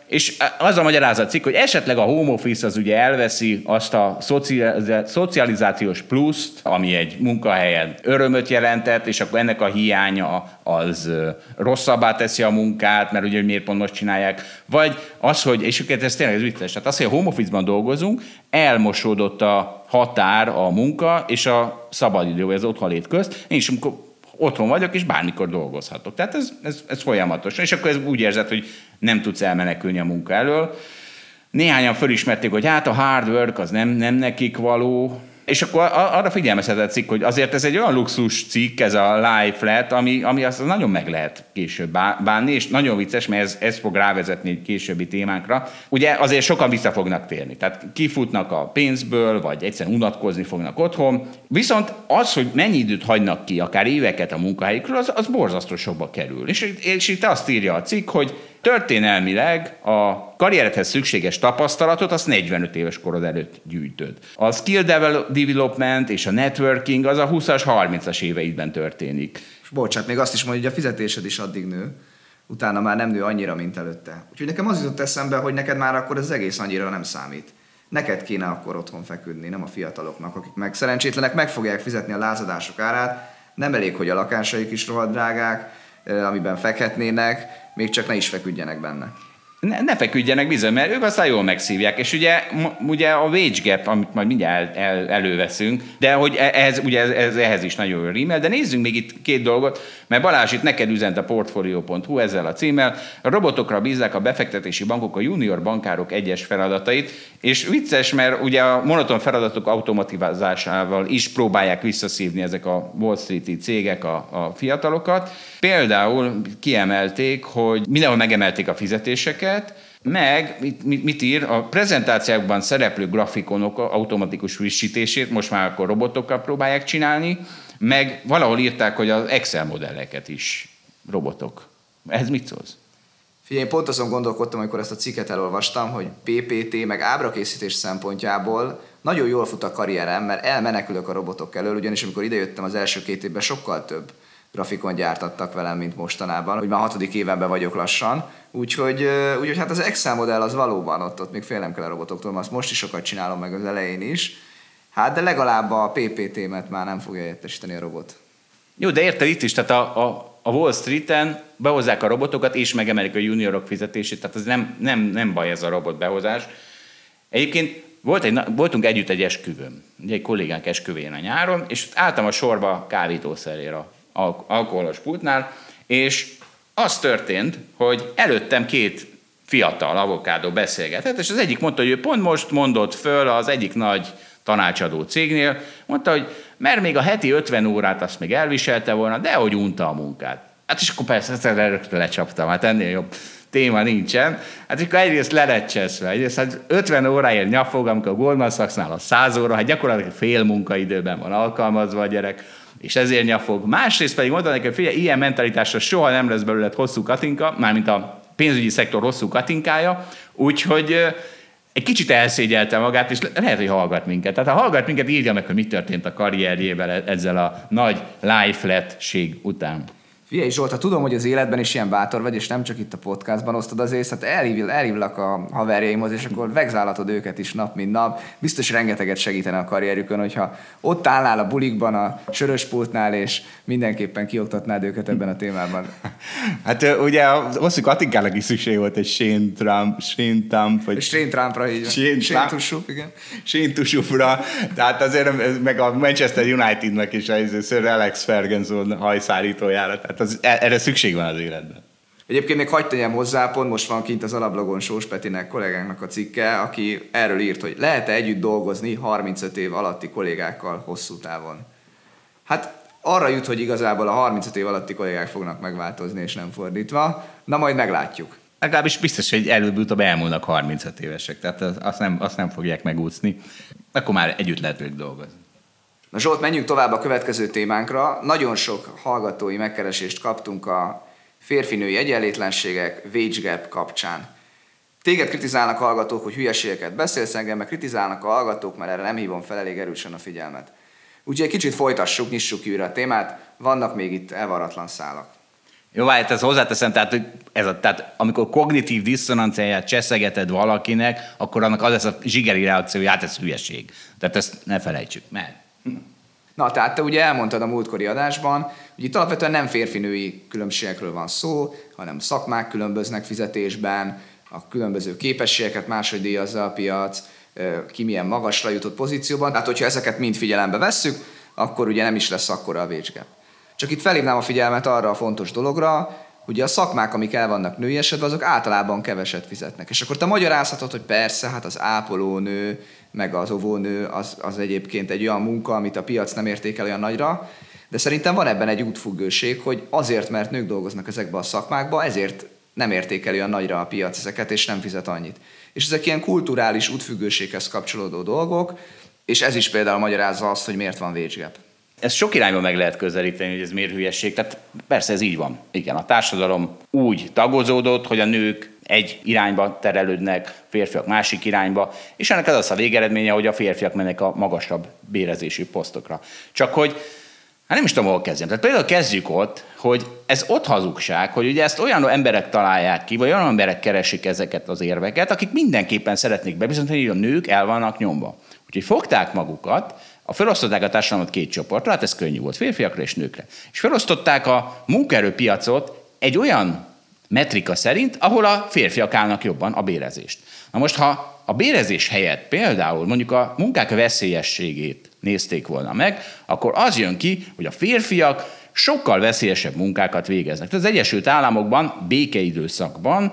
S2: És az a magyarázat cikk, hogy esetleg a home office az ugye elveszi azt a szocializációs pluszt, ami egy munkahelyen örömöt jelentett, és akkor ennek a hiánya az rosszabbá teszi a munkát, mert ugye miért pont most csinálják. Vagy az, hogy, és ez tényleg ez vicces, tehát az, hogy a home office-ban dolgozunk, elmosódott a határ a munka és a szabadidő, vagy az otthonlét közt. Én is amikor otthon vagyok, és bármikor dolgozhatok. Tehát ez, ez, ez folyamatos. És akkor ez úgy érzed, hogy nem tudsz elmenekülni a munka elől. Néhányan fölismerték, hogy hát a hard work az nem, nem nekik való. És akkor arra figyelmeztetett cikk, hogy azért ez egy olyan luxus cikk, ez a Lie Flat, ami, ami azt nagyon meg lehet később bánni, és nagyon vicces, mert ez, ez fog rávezetni egy későbbi témánkra. Ugye azért sokan vissza fognak térni, tehát kifutnak a pénzből, vagy egyszerűen unatkozni fognak otthon. Viszont az, hogy mennyi időt hagynak ki, akár éveket a munkahelyükről, az, az borzasztó sokba kerül. És, és itt azt írja a cikk, hogy történelmileg a karrieredhez szükséges tapasztalatot azt negyvenöt éves korod előtt gyűjtöd. A skill development és a networking az a húszas, harmincas éveidben történik.
S3: És bocsánat, még azt is mondja, hogy a fizetésed is addig nő, utána már nem nő annyira, mint előtte. Úgyhogy nekem az jutott eszembe, hogy neked már akkor ez egész annyira nem számít. Neked kéne akkor otthon feküdni, nem a fiataloknak, akik meg szerencsétlenek meg fogják fizetni a lázadások árát. Nem elég, hogy a lakásaik is rohadt drágák, amiben fekhetnének, még csak ne is feküdjenek benne.
S2: Ne, ne feküdjenek bizony, mert ők aztán jól megszívják, és ugye, ugye a wage gap, amit majd mindjárt el, el, előveszünk, de hogy ez, ugye ez, ez ehhez is nagyon jó rímel, de nézzünk még itt két dolgot, mert Balázs itt neked üzent a portfolio pont hu ezzel a címmel, a robotokra bízzák a befektetési bankok a junior bankárok egyes feladatait, és vicces, mert ugye a monoton feladatok automatizálásával is próbálják visszaszívni ezek a Wall Street-i cégek a, a fiatalokat. Például kiemelték, hogy mindenhol megemelték a fizetéseket, meg mit, mit, mit ír, a prezentációkban szereplő grafikonok automatikus frissítését most már akkor robotokkal próbálják csinálni, meg valahol írták, hogy az Excel modelleket is robotok. Ez mit szólsz?
S3: Figyelj, én pont azon gondolkodtam, amikor ezt a cikket elolvastam, hogy pé pé té meg ábrakészítés szempontjából nagyon jól fut a karrierem, mert elmenekülök a robotok elől, ugyanis amikor idejöttem az első két évben sokkal több grafikon gyártattak velem, mint mostanában, hogy már hatodik évenben vagyok lassan, úgyhogy, úgyhogy hát az Excel modell az valóban ott, ott még félnem kell a robotoktól, azt most is sokat csinálom meg az elején is, hát de legalább a pé pé té-met már nem fogja helyettesíteni a robot.
S2: Jó, de érted itt is, tehát a, a, a Wall Street-en behozzák a robotokat, és megemelik a juniorok fizetését, tehát ez nem, nem, nem baj ez a robot behozás. Egyébként volt egy, voltunk együtt egy esküvőn, egy kollégánk esküvőjén a nyáron, és álltam a sorba kávítószerére a alkoholos pultnál, és az történt, hogy előttem két fiatal avokádó beszélgetett, és az egyik mondta, hogy ő pont most mondott föl az egyik nagy tanácsadó cégnél, mondta, hogy mert még a heti ötven órát azt még elviselte volna, de hogy unta a munkát. Hát és akkor persze ezt rögtön lecsaptam, hát ennél jobb téma nincsen. Hát akkor egyrészt le lett cseszve, egyrészt hát ötven óráért nyafog, amikor a Goldman Sachsnál a száz óra, hát gyakorlatilag fél munkaidőben van alkalmazva a gyerek, és ezért nyafog. Másrészt pedig mondta neki, hogy figyelj, ilyen mentalitásra soha nem lesz belőled hosszú katinka, mármint a pénzügyi szektor hosszú katinkája, úgyhogy egy kicsit elszégyelte magát, és lehet, hogy hallgat minket. Tehát ha hallgat minket, írja meg, hogy mi történt a karrierjével ezzel a nagy life-letség után.
S3: Figyelj Zsolt, ha tudom, hogy az életben is ilyen bátor vagy, és nem csak itt a podcastban osztod az ész, hát elhív, elhívlak a haverjaimhoz, és akkor vegzálhatod őket is nap, mint nap. Biztos rengeteget segítene a karrierükön, hogyha ott állnál a bulikban, a söröspultnál, és mindenképpen kioktatnád őket ebben a témában.
S2: Hát ugye a hosszú Katinkának is szükség volt egy Shane Trump, Shane Trump, vagy...
S3: Shane Trumpra, így
S2: Shane,
S3: Shane Tussup, igen.
S2: Shane Tussupra, tehát azért meg a Manchester Unitednek is a Sir Alex Ferguson hajszárítójára, tehát az, erre szükség van az életben.
S3: Egyébként még hagyd tegyem hozzá, pont most van kint az alablogon Sós Petinek kollégánknak a cikke, aki erről írt, hogy lehet-e együtt dolgozni harmincöt év alatti kollégákkal hosszú távon. Hát arra jut, hogy igazából a harmincöt év alatti kollégák fognak megváltozni, és nem fordítva. Na majd meglátjuk.
S2: Legalábbis biztos, hogy előbb-utóbb elmúlnak harmincöt évesek, tehát azt nem, azt nem fogják megúszni. Akkor már együtt lehet velük dolgozni.
S3: Na Zsolt, menjünk tovább a következő témánkra. Nagyon sok hallgatói megkeresést kaptunk a férfi-női egyenlétlenségek, wage gap kapcsán. Téged kritizálnak a hallgatók, hogy hülyeségeket beszélsz, engem meg kritizálnak a hallgatók, mert erre nem hívom fel elég erősen a figyelmet. Úgyhogy egy kicsit folytassuk, nyissuk ki újra a témát, vannak még itt elvarratlan szálak.
S2: Jó, hát ezt hozzáteszem, tehát, ez a, tehát amikor kognitív diszonanciáját cseszegeted valakinek, akkor annak az lesz a zsigeri reakció, hogy hát ez hülyeség. Tehát ezt ne felejtsük meg.
S3: Na, tehát te ugye elmondtad a múltkori adásban, hogy itt alapvetően nem férfinői különbségekről van szó, hanem szakmák különböznek fizetésben, a különböző képességeket máshogy díjazza a piac, ki milyen magasra jutott pozícióban. Tehát, hogyha ezeket mind figyelembe vesszük, akkor ugye nem is lesz akkora a wage gap. Csak itt felhívnám a figyelmet arra a fontos dologra, hogy a szakmák, amik el vannak női esetben, azok általában keveset fizetnek. És akkor te magyarázhatod, hogy persze, hát az ápolónő, meg az óvónő az, az egyébként egy olyan munka, amit a piac nem értékel olyan nagyra, de szerintem van ebben egy útfüggőség, hogy azért, mert nők dolgoznak ezekbe a szakmákba, ezért nem értékeli olyan nagyra a piac ezeket, és nem fizet annyit. És ezek ilyen kulturális útfüggőséghez kapcsolódó dolgok, és ez is például magyarázza azt, hogy miért van wage gap.
S2: Ezt sok irányba meg lehet közelíteni, hogy ez miért hülyesség. Tehát persze ez így van. Igen, a társadalom úgy tagozódott, hogy a nők egy irányba terelődnek, férfiak másik irányba, és ennek az az a végeredménye, hogy a férfiak mennek a magasabb bérezésű posztokra. Csak hogy, hát nem is tudom, hol kezdjem. Tehát például kezdjük ott, hogy ez ott hazugság, hogy ugye ezt olyan emberek találják ki, vagy olyan emberek keresik ezeket az érveket, akik mindenképpen szeretnék bebizonyítani, hogy a nők el vannak nyomva. Úgyhogy fogták magukat, a felosztották a társadalmat két csoportra, hát ez könnyű volt, férfiakra és nőkre. És felosztották a munkaerőpiacot egy olyan metrika szerint, ahol a férfiak állnak jobban a bérezést. Na most, ha a bérezés helyett például mondjuk a munkák veszélyességét nézték volna meg, akkor az jön ki, hogy a férfiak sokkal veszélyesebb munkákat végeznek. Tehát az Egyesült Államokban békeidőszakban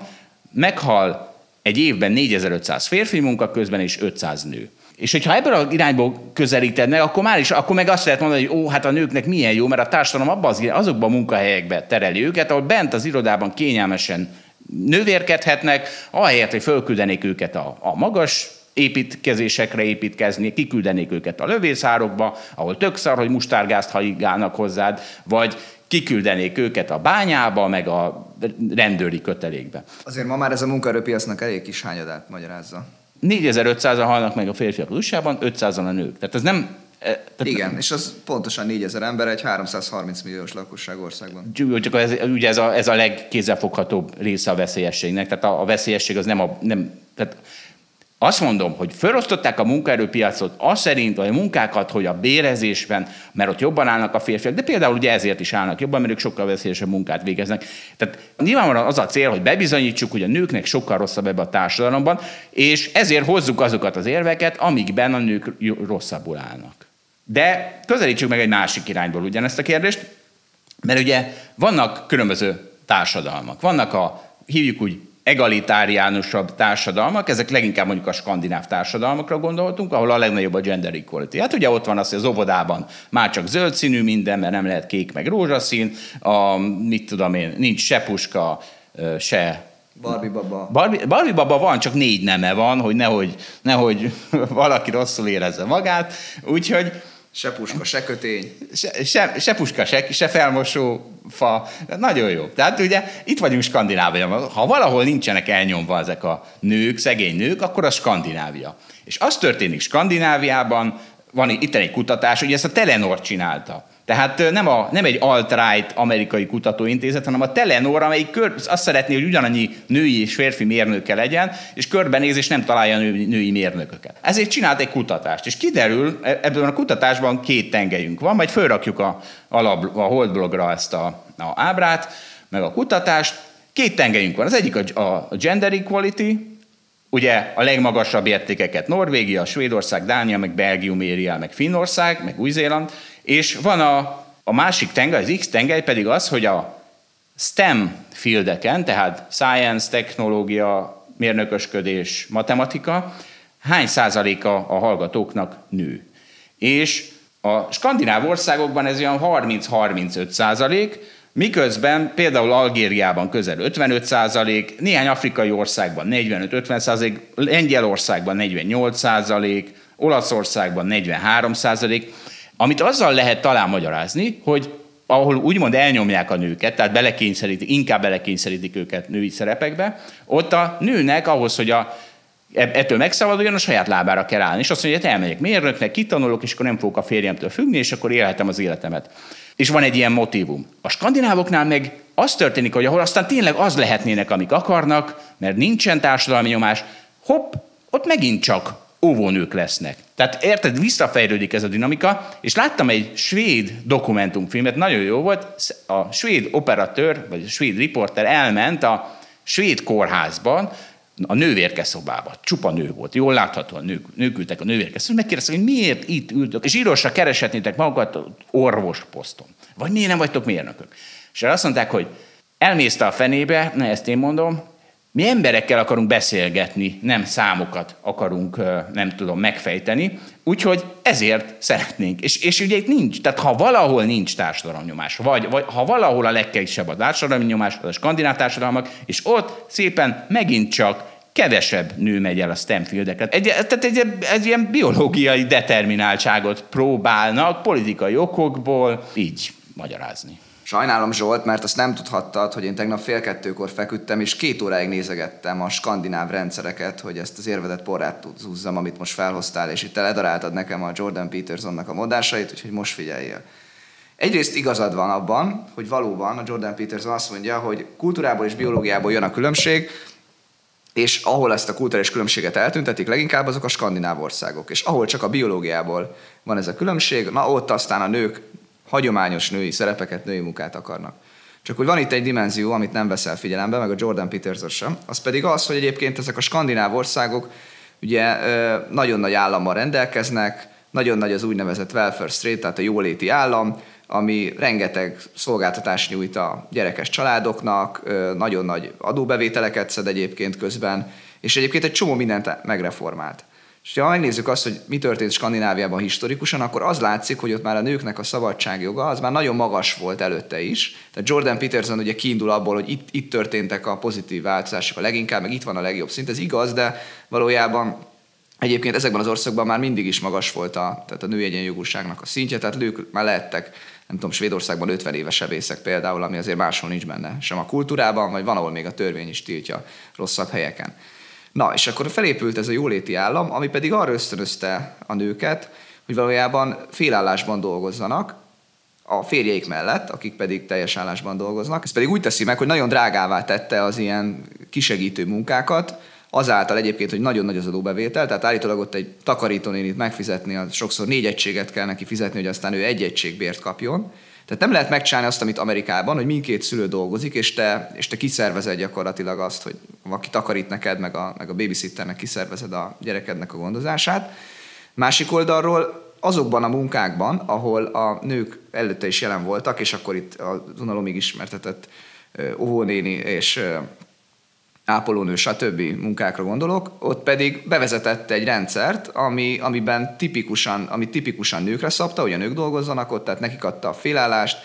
S2: meghal egy évben négyezer-ötszáz férfi munka közben és ötszáz nő. És hogyha ebből az irányból közelítednek, akkor már is, akkor meg azt lehet mondani, hogy ó, hát a nőknek milyen jó, mert a társadalom abban az, azokban a munkahelyekben tereli őket, ahol bent az irodában kényelmesen nővérkedhetnek, ahelyett, hogy fölküldenék őket a, a magas építkezésekre építkezni, kiküldenék őket a lövészárokba, ahol tök szar, hogy mustárgázt hajigálnak hozzád, vagy kiküldenék őket a bányába, meg a rendőri kötelékbe.
S3: Azért ma már ez a munkaerőpiacnak elég kis hányadát magyarázza.
S2: négyezer-ötszázan halnak meg a férfiak az u es á-ban, ötszázan a nők. Tehát ez nem... Tehát
S3: igen, és az pontosan négyezer ember egy háromszázharminc milliós lakosság országban.
S2: Csak ez, ugye ez a, ez a legkézzelfoghatóbb része a veszélyességnek. Tehát a, a veszélyesség az nem a... Nem, tehát azt mondom, hogy felosztották a munkaerőpiacot az szerint, vagy a munkákat, hogy a bérezésben, mert ott jobban állnak a férfiak, de például ugye ezért is állnak jobban, mert ők sokkal veszélyesebb munkát végeznek. Tehát nyilvánvalóan az a cél, hogy bebizonyítsuk, hogy a nőknek sokkal rosszabb ebbe a társadalomban, és ezért hozzuk azokat az érveket, amikben a nők rosszabbul állnak. De közelítsük meg egy másik irányból ugyanezt a kérdést, mert ugye vannak különböző társadalmak. Vannak a, hívjuk úgy, egalitáriánusabb társadalmak, ezek leginkább mondjuk a skandináv társadalmakra gondoltunk, ahol a legnagyobb a gender equality. Hát ugye ott van az, hogy az óvodában már csak zöld színű minden, mert nem lehet kék meg rózsaszín, a, mit tudom én, nincs se puska, se...
S3: Barbie baba.
S2: Barbie, Barbie baba van, csak négy neme van, hogy nehogy, nehogy valaki rosszul érezze magát, úgyhogy...
S3: Se puska, se kötény.
S2: Se, se, se puska, se, se felmosó fa. Nagyon jó. Tehát ugye itt vagyunk Skandináviában. Ha valahol nincsenek elnyomva ezek a nők, szegény nők, akkor az Skandinávia. És az történik Skandináviában, van itt egy kutatás, hogy ezt a Telenor csinálta. Tehát nem, a, nem egy alt-right amerikai kutatóintézet, hanem a Telenor, amelyik kör, azt szeretné, hogy ugyanannyi női és férfi mérnöke legyen, és körbenéz, és nem találja női, női mérnököket. Ezért csinált egy kutatást, és kiderül, ebben a kutatásban két tengelyünk van, majd fölrakjuk a, a, a Holdblogra ezt a, a ábrát, meg a kutatást. Két tengelyünk van. Az egyik a, a gender equality, ugye a legmagasabb értékeket Norvégia, Svédország, Dánia, meg Belgium éri el, meg Finnország, meg Új-Zéland, és van a, a másik tengely, az X tengely pedig az, hogy a STEM fieldeken, tehát science, technológia, mérnökösködés, matematika, hány százaléka a hallgatóknak nő. És a skandináv országokban ez olyan harminc-harmincöt százalék, miközben például Algériában közel ötvenöt százalék, néhány afrikai országban negyvenöt-ötven százalék, Lengyelországban negyvennyolc százalék, Olaszországban negyvenhárom százalék, amit azzal lehet talán magyarázni, hogy ahol úgymond elnyomják a nőket, tehát belekényszerítik, inkább belekényszerítik őket női szerepekbe, ott a nőnek ahhoz, hogy a, ettől megszabaduljon, a saját lábára kell állni. És azt mondja, hogy elmegyek mérnöknek, kitanulok, és akkor nem fogok a férjemtől függni, és akkor élhetem az életemet. És van egy ilyen motívum. A skandinávoknál meg az történik, hogy ahol aztán tényleg az lehetnének, amik akarnak, mert nincsen társadalmi nyomás, hopp, ott megint csak óvónők lesznek. Tehát érted, visszafejlődik ez a dinamika, és láttam egy svéd dokumentumfilmet, nagyon jó volt, a svéd operatőr, vagy a svéd riporter elment a svéd kórházban, a nővérkeszobába. Csupa nő volt, jól láthatóan nők, nők ültek a nővérkeszobába, megkérdeztek, hogy miért itt ültök, és írosra kereshetnétek magukat orvosposzton. Vagy miért nem vagytok mérnökök? És azt mondták, hogy elmészte a fenébe, ne ezt én mondom, mi emberekkel akarunk beszélgetni, nem számokat akarunk, nem tudom, megfejteni, úgyhogy ezért szeretnénk. És, és ugye itt nincs, tehát ha valahol nincs társadalomnyomás, vagy, vagy ha valahol a legkevesebb a társadalomnyomás, az a skandináv társadalmak, és ott szépen megint csak kevesebb nő megy el a STEM-fieldekre. Egy, tehát egy, egy ilyen biológiai determináltságot próbálnak politikai okokból így magyarázni.
S3: Sajnálom, Zsolt, mert azt nem tudhattad, hogy én tegnap fél kettőkor feküdtem, és két óráig nézegettem a skandináv rendszereket, hogy ezt az érvedet porrát húzzam, amit most felhoztál, és itt ledaráltad nekem a Jordan Petersonnak a mondásait, úgyhogy most figyeljél. Egyrészt igazad van abban, hogy valóban a Jordan Peterson azt mondja, hogy kultúrából és biológiából jön a különbség, és ahol ezt a kulturális különbséget eltüntetik, leginkább azok a skandináv országok. És ahol csak a biológiából van ez a különbség, na ott aztán a nők hagyományos női szerepeket, női munkát akarnak. Csak hogy van itt egy dimenzió, amit nem veszel figyelembe, meg a Jordan Peterson sem, az pedig az, hogy egyébként ezek a skandináv országok ugye nagyon nagy állammal rendelkeznek, nagyon nagy az úgynevezett welfare state, tehát a jóléti állam, ami rengeteg szolgáltatást nyújt a gyerekes családoknak, nagyon nagy adóbevételeket szed egyébként közben, és egyébként egy csomó mindent megreformált. És ha megnézzük azt, hogy mi történt Skandináviában historikusan, akkor az látszik, hogy ott már a nőknek a szabadságjoga az már nagyon magas volt előtte is. Tehát Jordan Peterson ugye kiindul abból, hogy itt, itt történtek a pozitív változások a leginkább, meg itt van a legjobb szint. Ez igaz, de valójában egyébként ezekben az országban már mindig is magas volt a, tehát a női egyenjogúságnak a szintje, tehát nők már lehettek, nem tudom, Svédországban ötven éves sebészek például, ami azért máshol nincs benne, sem a kultúrában, vagy van, ahol még a törvény is tiltja rosszabb helyeken. Na, és akkor felépült ez a jóléti állam, ami pedig arra ösztönözte a nőket, hogy valójában félállásban dolgozzanak, a férjeik mellett, akik pedig teljes állásban dolgoznak. Ez pedig úgy teszi meg, hogy nagyon drágává tette az ilyen kisegítő munkákat, azáltal egyébként, hogy nagyon nagy az adóbevétel, tehát állítólag ott egy takarítónénit megfizetni, az sokszor négy egységet kell neki fizetni, hogy aztán ő egy egység bért kapjon. Tehát nem lehet megcsinálni azt, amit Amerikában, hogy mindkét szülő dolgozik, és te, és te kiszervezed gyakorlatilag azt, hogy valaki takarít neked, meg a, meg a babysitternek kiszervezed a gyerekednek a gondozását. Másik oldalról azokban a munkákban, ahol a nők előtte is jelen voltak, és akkor itt az unalomig ismertetett óvónéni és ápolónő, stb. Munkákra gondolok, ott pedig bevezetett egy rendszert, ami, amiben tipikusan, ami tipikusan nőkre szabta, hogy a nők dolgozzanak ott, tehát nekik adta a félállást,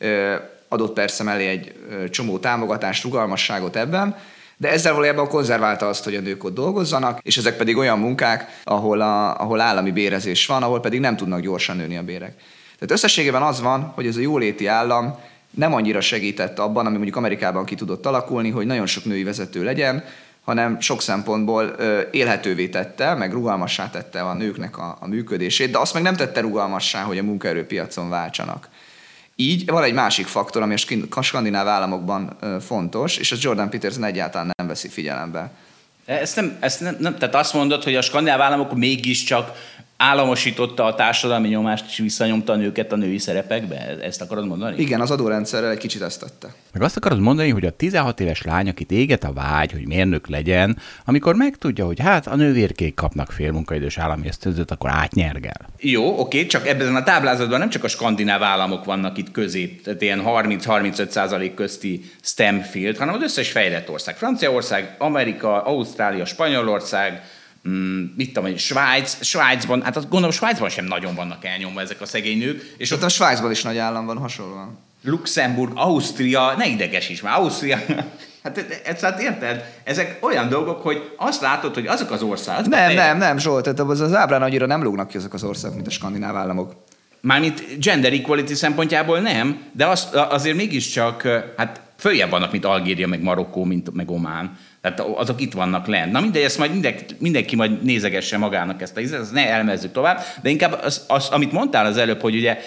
S3: adott persze mellé egy csomó támogatást, rugalmasságot ebben, de ezzel valójában konzerválta azt, hogy a nők ott dolgozzanak, és ezek pedig olyan munkák, ahol, a, ahol állami bérezés van, ahol pedig nem tudnak gyorsan nőni a bérek. Tehát összességében az van, hogy ez a jóléti állam nem annyira segített abban, ami mondjuk Amerikában ki tudott alakulni, hogy nagyon sok női vezető legyen, hanem sok szempontból élhetővé tette, meg rugalmassá tette a nőknek a, a működését, de azt meg nem tette rugalmassá, hogy a munkaerőpiacon váltsanak. Így van egy másik faktor, ami a skandináv államokban fontos, és ezt Jordan Peterson egyáltalán nem veszi figyelembe.
S2: Ezt nem, ezt nem, nem, tehát azt mondod, hogy a skandináv államok mégiscsak államosította a társadalmi nyomást, és visszanyomta a nőket a női szerepekbe? Ezt akarod mondani?
S3: Igen, az adórendszerrel egy kicsit ezt tette.
S4: Meg azt akarod mondani, hogy a tizenhat éves lány, akit éget a vágy, hogy mérnök legyen, amikor megtudja, hogy hát a nővérkék kapnak félmunkaidős állami ösztönzőt, akkor átnyergel.
S2: Jó, oké, csak ebben a táblázatban nem csak a skandináv államok vannak itt közé, tehát ilyen harminc-harmincöt százalék közti STEM field, hanem az összes fejlett ország. Franciaország, Amerika, Ausztrália, Spanyolország, Mm, mit tudom, Svájc, Svájcban, hát azt gondolom, Svájcban sem nagyon vannak elnyomva ezek a szegény nők. És
S3: ott a Svájcban is nagy állam van, hasonlóan.
S2: Luxemburg, Ausztria, ne idegesíts már, Ausztria, hát ezt hát érted? Ezek olyan dolgok, hogy azt látod, hogy azok az országok...
S3: Nem, nem, nem, nem, Zsolt, tehát az, az ábrán annyira nem lógnak ki azok az országok, mint a skandináv államok.
S2: Mármint gender equality szempontjából nem, de az, azért mégiscsak, hát följebb vannak, mint Algéria, meg Marokkó, mint, meg Omán. Tehát azok itt vannak lent. Na mindegy, ezt majd mindenki, mindenki majd nézegesse magának ezt a ízet, ezt ne elmezzük tovább, de inkább az, az, amit mondtál az előbb, hogy ugye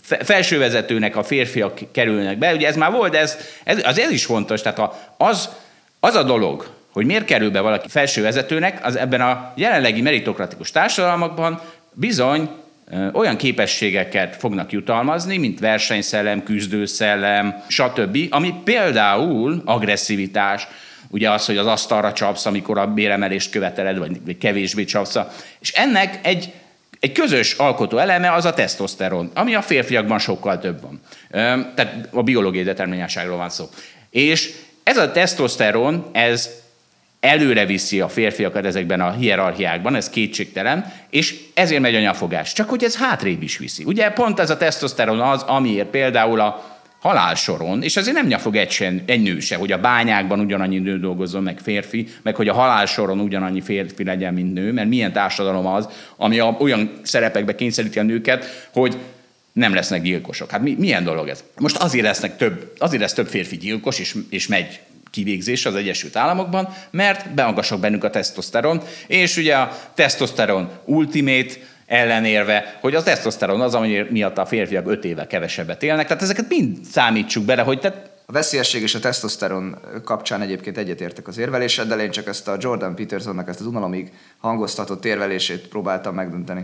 S2: felsővezetőnek a férfiak kerülnek be. Ugye ez már volt, de ez, ez, az ez is fontos. Tehát a, az, az a dolog, hogy miért kerül be valaki felsővezetőnek, az ebben a jelenlegi meritokratikus társadalmakban bizony ö, olyan képességeket fognak jutalmazni, mint versenyszellem, küzdőszellem, stb., ami például agresszivitás, ugye az, hogy az asztalra csapsz, amikor a béremelést követeled, vagy kevésbé csapsz. És ennek egy, egy közös alkotó eleme az a tesztoszteron, ami a férfiakban sokkal több van. Tehát a biológiai determináltságról van szó. És ez a tesztoszteron, ez előre viszi a férfiakat ezekben a hierarchiákban, ez kétségtelen, és ezért megy a nyafogás. Csak hogy ez hátrébb is viszi. Ugye pont ez a tesztoszteron az, amiért például a halálsoron, és azért nem nyafog egy, sen, egy nő se, hogy a bányákban ugyanannyi nő dolgozzon, meg férfi, meg hogy a halálsoron ugyanannyi férfi legyen, mint nő, mert milyen társadalom az, ami a, olyan szerepekbe kényszeríti a nőket, hogy nem lesznek gyilkosok. Hát mi, milyen dolog ez? Most azért lesznek több, azért lesz több férfi gyilkos, és, és megy kivégzés az Egyesült Államokban, mert beangasok bennük a tesztoszteron, és ugye a tesztoszteron ultimate ellenérve, hogy a tesztoszteron az, ami miatt a férfiak öt éve kevesebbet élnek. Tehát ezeket mind számítsuk bele, hogy te...
S3: A veszélyesség és a tesztoszteron kapcsán egyébként egyetértek az érveléseddel, én csak ezt a Jordan Petersonnak ezt az unalomig hangoztatott érvelését próbáltam megdönteni.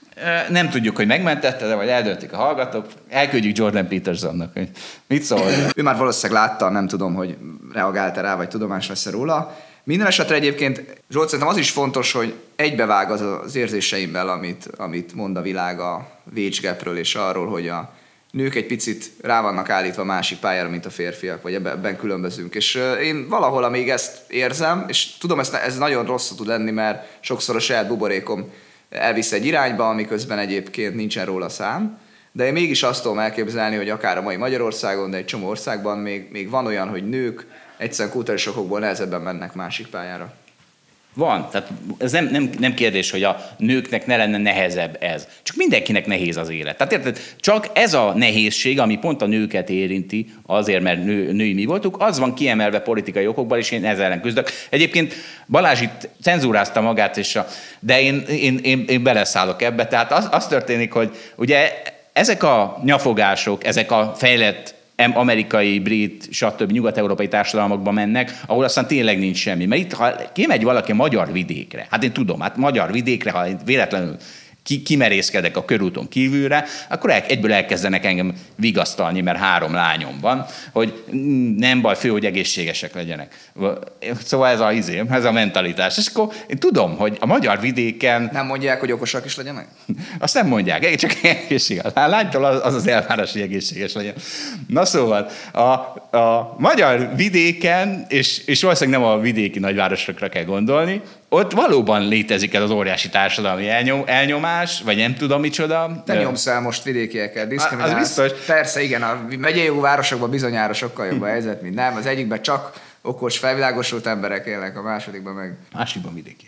S2: Nem tudjuk, hogy megmentette, de vagy eldöntik a hallgatók, elküldjük Jordan Petersonnak, hogy mit szól.
S3: Ő már valószínűleg látta, nem tudom, hogy reagálta rá, vagy tudomás vesz róla. Minden esetre egyébként, Zsolt, szerintem az is fontos, hogy egybevág az az érzéseimmel, amit, amit mond a világ a wage gapről, és arról, hogy a nők egy picit rá vannak állítva a másik pályára, mint a férfiak, vagy ebben különbözünk. És én valahol, amíg ezt érzem, és tudom, ez, ez nagyon rossz tud lenni, mert sokszor a saját buborékom elvisz egy irányba, amiközben egyébként nincsen róla szám, de én mégis azt tudom elképzelni, hogy akár a mai Magyarországon, de egy csomó országban még, még van olyan, hogy nők egyszerűen kulturális okokból nehezebben mennek másik pályára.
S2: Van, tehát ez nem, nem, nem kérdés, hogy a nőknek ne lenne nehezebb ez. Csak mindenkinek nehéz az élet. Tehát érted, csak ez a nehézség, ami pont a nőket érinti, azért, mert nő, női mi voltunk, az van kiemelve politikai okokból, és én ezzel ellen küzdök. Egyébként Balázs itt cenzúrázta magát, és a, de én, én, én, én beleszállok ebbe. Tehát az, az történik, hogy ugye ezek a nyafogások, ezek a fejlett amerikai, brit, stb. Nyugat-európai társadalmakba mennek, ahol aztán tényleg nincs semmi. Mert itt, ha kimegy valaki a magyar vidékre, hát én tudom, hát magyar vidékre, ha véletlenül ki, kimerészkedek a körúton kívülre, akkor el, egyből elkezdenek engem vigasztalni, mert három lányom van, hogy nem baj, fő, hogy egészségesek legyenek. Szóval ez a izé, ez a mentalitás. És akkor én tudom, hogy a magyar vidéken...
S3: Nem mondják, hogy okosak is legyenek?
S2: Azt nem mondják, csak egészséges. A lánytól az az elvárás, hogy egészséges legyen. Na szóval, a, a magyar vidéken, és, és valószínűleg nem a vidéki nagyvárosokra kell gondolni, ott valóban létezik ez az óriási társadalmi elnyom, elnyomás, vagy nem tudom micsoda.
S3: Te nyomsz el most vidékieket, diszkriminálsz.
S2: Az biztos.
S3: Persze, igen, a megyei városokban bizonyára sokkal jobb a helyzet, mint nem. Az egyikben csak okos, felvilágosult emberek élnek, a másodikban meg...
S2: Másodikban vidéki.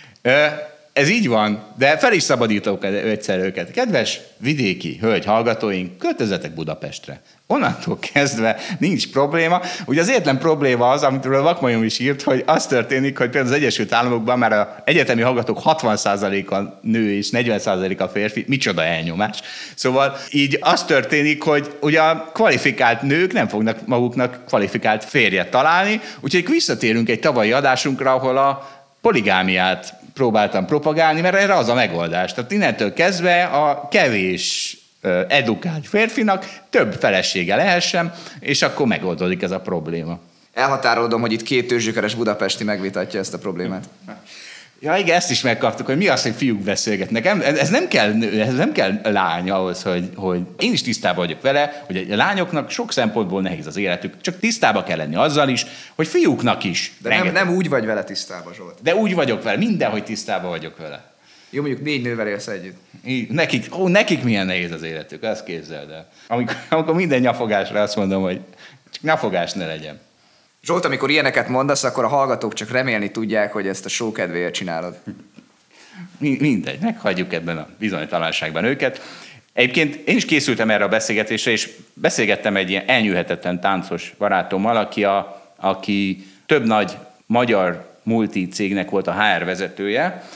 S2: Ez így van, de fel is szabadítok egyszer őket. Kedves vidéki hölgy hallgatóink, költözzetek Budapestre. Onnantól kezdve nincs probléma. Ugye az egyetlen probléma az, amitől a Vakmajom is írt, hogy az történik, hogy például az Egyesült Államokban már az egyetemi hallgatók hatvan százaléka nő és negyven százaléka férfi. Micsoda elnyomás. Szóval így az történik, hogy ugye a kvalifikált nők nem fognak maguknak kvalifikált férjet találni, úgyhogy visszatérünk egy tavalyi adásunkra, ahol a poligámiát próbáltam propagálni, mert erre az a megoldás. Tehát innentől kezdve a kevés edukált férfinak több felesége lehessen, és akkor megoldódik ez a probléma.
S3: Elhatárolodom, hogy itt két tőzsgyökeres budapesti megvitatja ezt a problémát.
S2: Ja, igen, ezt is megkaptuk, hogy mi az, hogy fiúk beszélgetnek. Ez nem kell, ez nem kell lány ahhoz, hogy, hogy én is tisztában vagyok vele, hogy a lányoknak sok szempontból nehéz az életük, csak tisztában kell lenni azzal is, hogy fiúknak is.
S3: De nem, nem úgy vagy vele tisztában, Zsolt.
S2: De úgy vagyok vele, mindenhogy tisztában vagyok vele.
S3: Jó, mondjuk négy nővel élsz együtt.
S2: Nekik, ó, nekik milyen nehéz az életük, azt képzeld el. Amikor, amikor minden nyafogásra azt mondom, hogy csak nyafogás ne legyen.
S3: Zsolt, amikor ilyeneket mondasz, akkor a hallgatók csak remélni tudják, hogy ezt a show kedvéért csinálod.
S2: Mindegy, meghagyjuk ebben a bizonytalanságban őket. Egyébként én is készültem erre a beszélgetésre, és beszélgettem egy ilyen elnyűhetetlen táncos barátommal, aki, a, aki több nagy magyar multi cégnek volt a há er vezetője.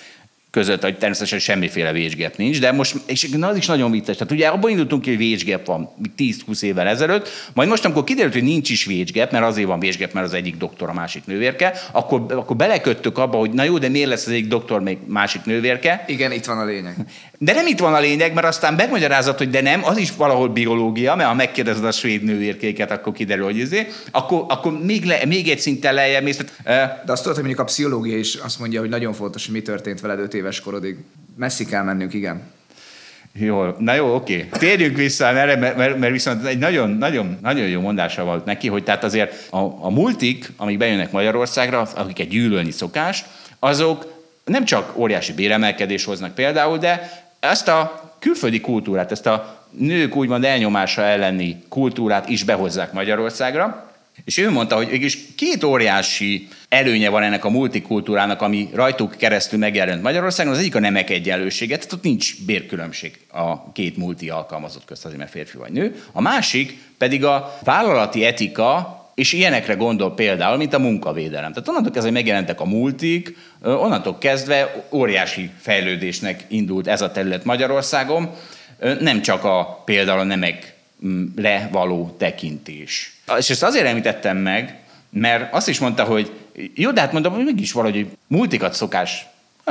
S2: között, hogy természetesen semmiféle wage gap nincs, de most, és az is nagyon vicces. Tehát ugye abban indultunk ki, hogy wage gap van tíz-húsz évvel ezelőtt, majd most, amikor kiderült, hogy nincs is wage gap, mert azért van wage gap, mert az egyik doktor, a másik nővérke, akkor, akkor beleköttök abba, hogy na jó, de miért lesz az egyik doktor, még másik nővérke?
S3: Igen, itt van a lényeg.
S2: De nem itt van a lényeg, mert aztán megmagyarázat, hogy de nem, az is valahol biológia, mert ha megkérdezed a svéd nővérkéket, akkor kiderül, hogy izé, akkor, akkor még, le, még egy szinten lejjebb mész.
S3: De azt tudod, hogy mondjuk a pszichológia is azt mondja, hogy nagyon fontos, hogy mi történt veled öt éves korodig. Messzi kell mennünk, igen.
S2: Jó, na jó, oké. Térjünk vissza erre, mert, mert, mert viszont egy nagyon, nagyon, nagyon jó mondása volt neki, hogy tehát azért a, a multik, amik bejönnek Magyarországra, akiket gyűlölni szokás, azok nem csak óriási béremelkedés hoznak például, de ezt a külföldi kultúrát, ezt a nők úgymond elnyomása elleni kultúrát is behozzák Magyarországra. És ő mondta, hogy mégis két óriási előnye van ennek a multikultúrának, ami rajtuk keresztül megjelent Magyarországon. Az egyik a nemek egyenlősége, tehát ott nincs bérkülönbség a két multi alkalmazott közt, azért mert férfi vagy nő. A másik pedig a vállalati etika, és ilyenekre gondol például, mint a munkavédelem. Tehát onnantól kezdve megjelentek a multik, onnantól kezdve óriási fejlődésnek indult ez a terület Magyarországon, nem csak a például a nemekre való tekintés. És ezt azért említettem meg, mert azt is mondta, hogy jó, de hát mondom, hogy mégis valahogy multikat szokás,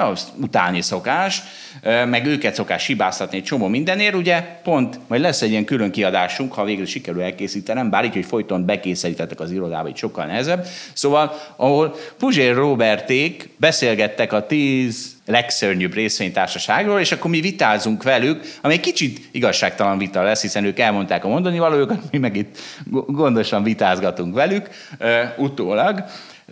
S2: utálni szokás, meg őket szokás hibáztatni egy csomó mindenért, ugye pont, majd lesz egy ilyen külön kiadásunk, ha végül sikerül elkészítenem, bár így, hogy folyton bekészelítettek az irodába, így sokkal nehezebb. Szóval, ahol Puzsér Róberték beszélgettek a tíz legszörnyűbb részvénytársaságról, és akkor mi vitázunk velük, ami egy kicsit igazságtalan vita lesz, hiszen ők elmondták a mondani valójukat, mi meg itt gondosan vitázgatunk velük utólag.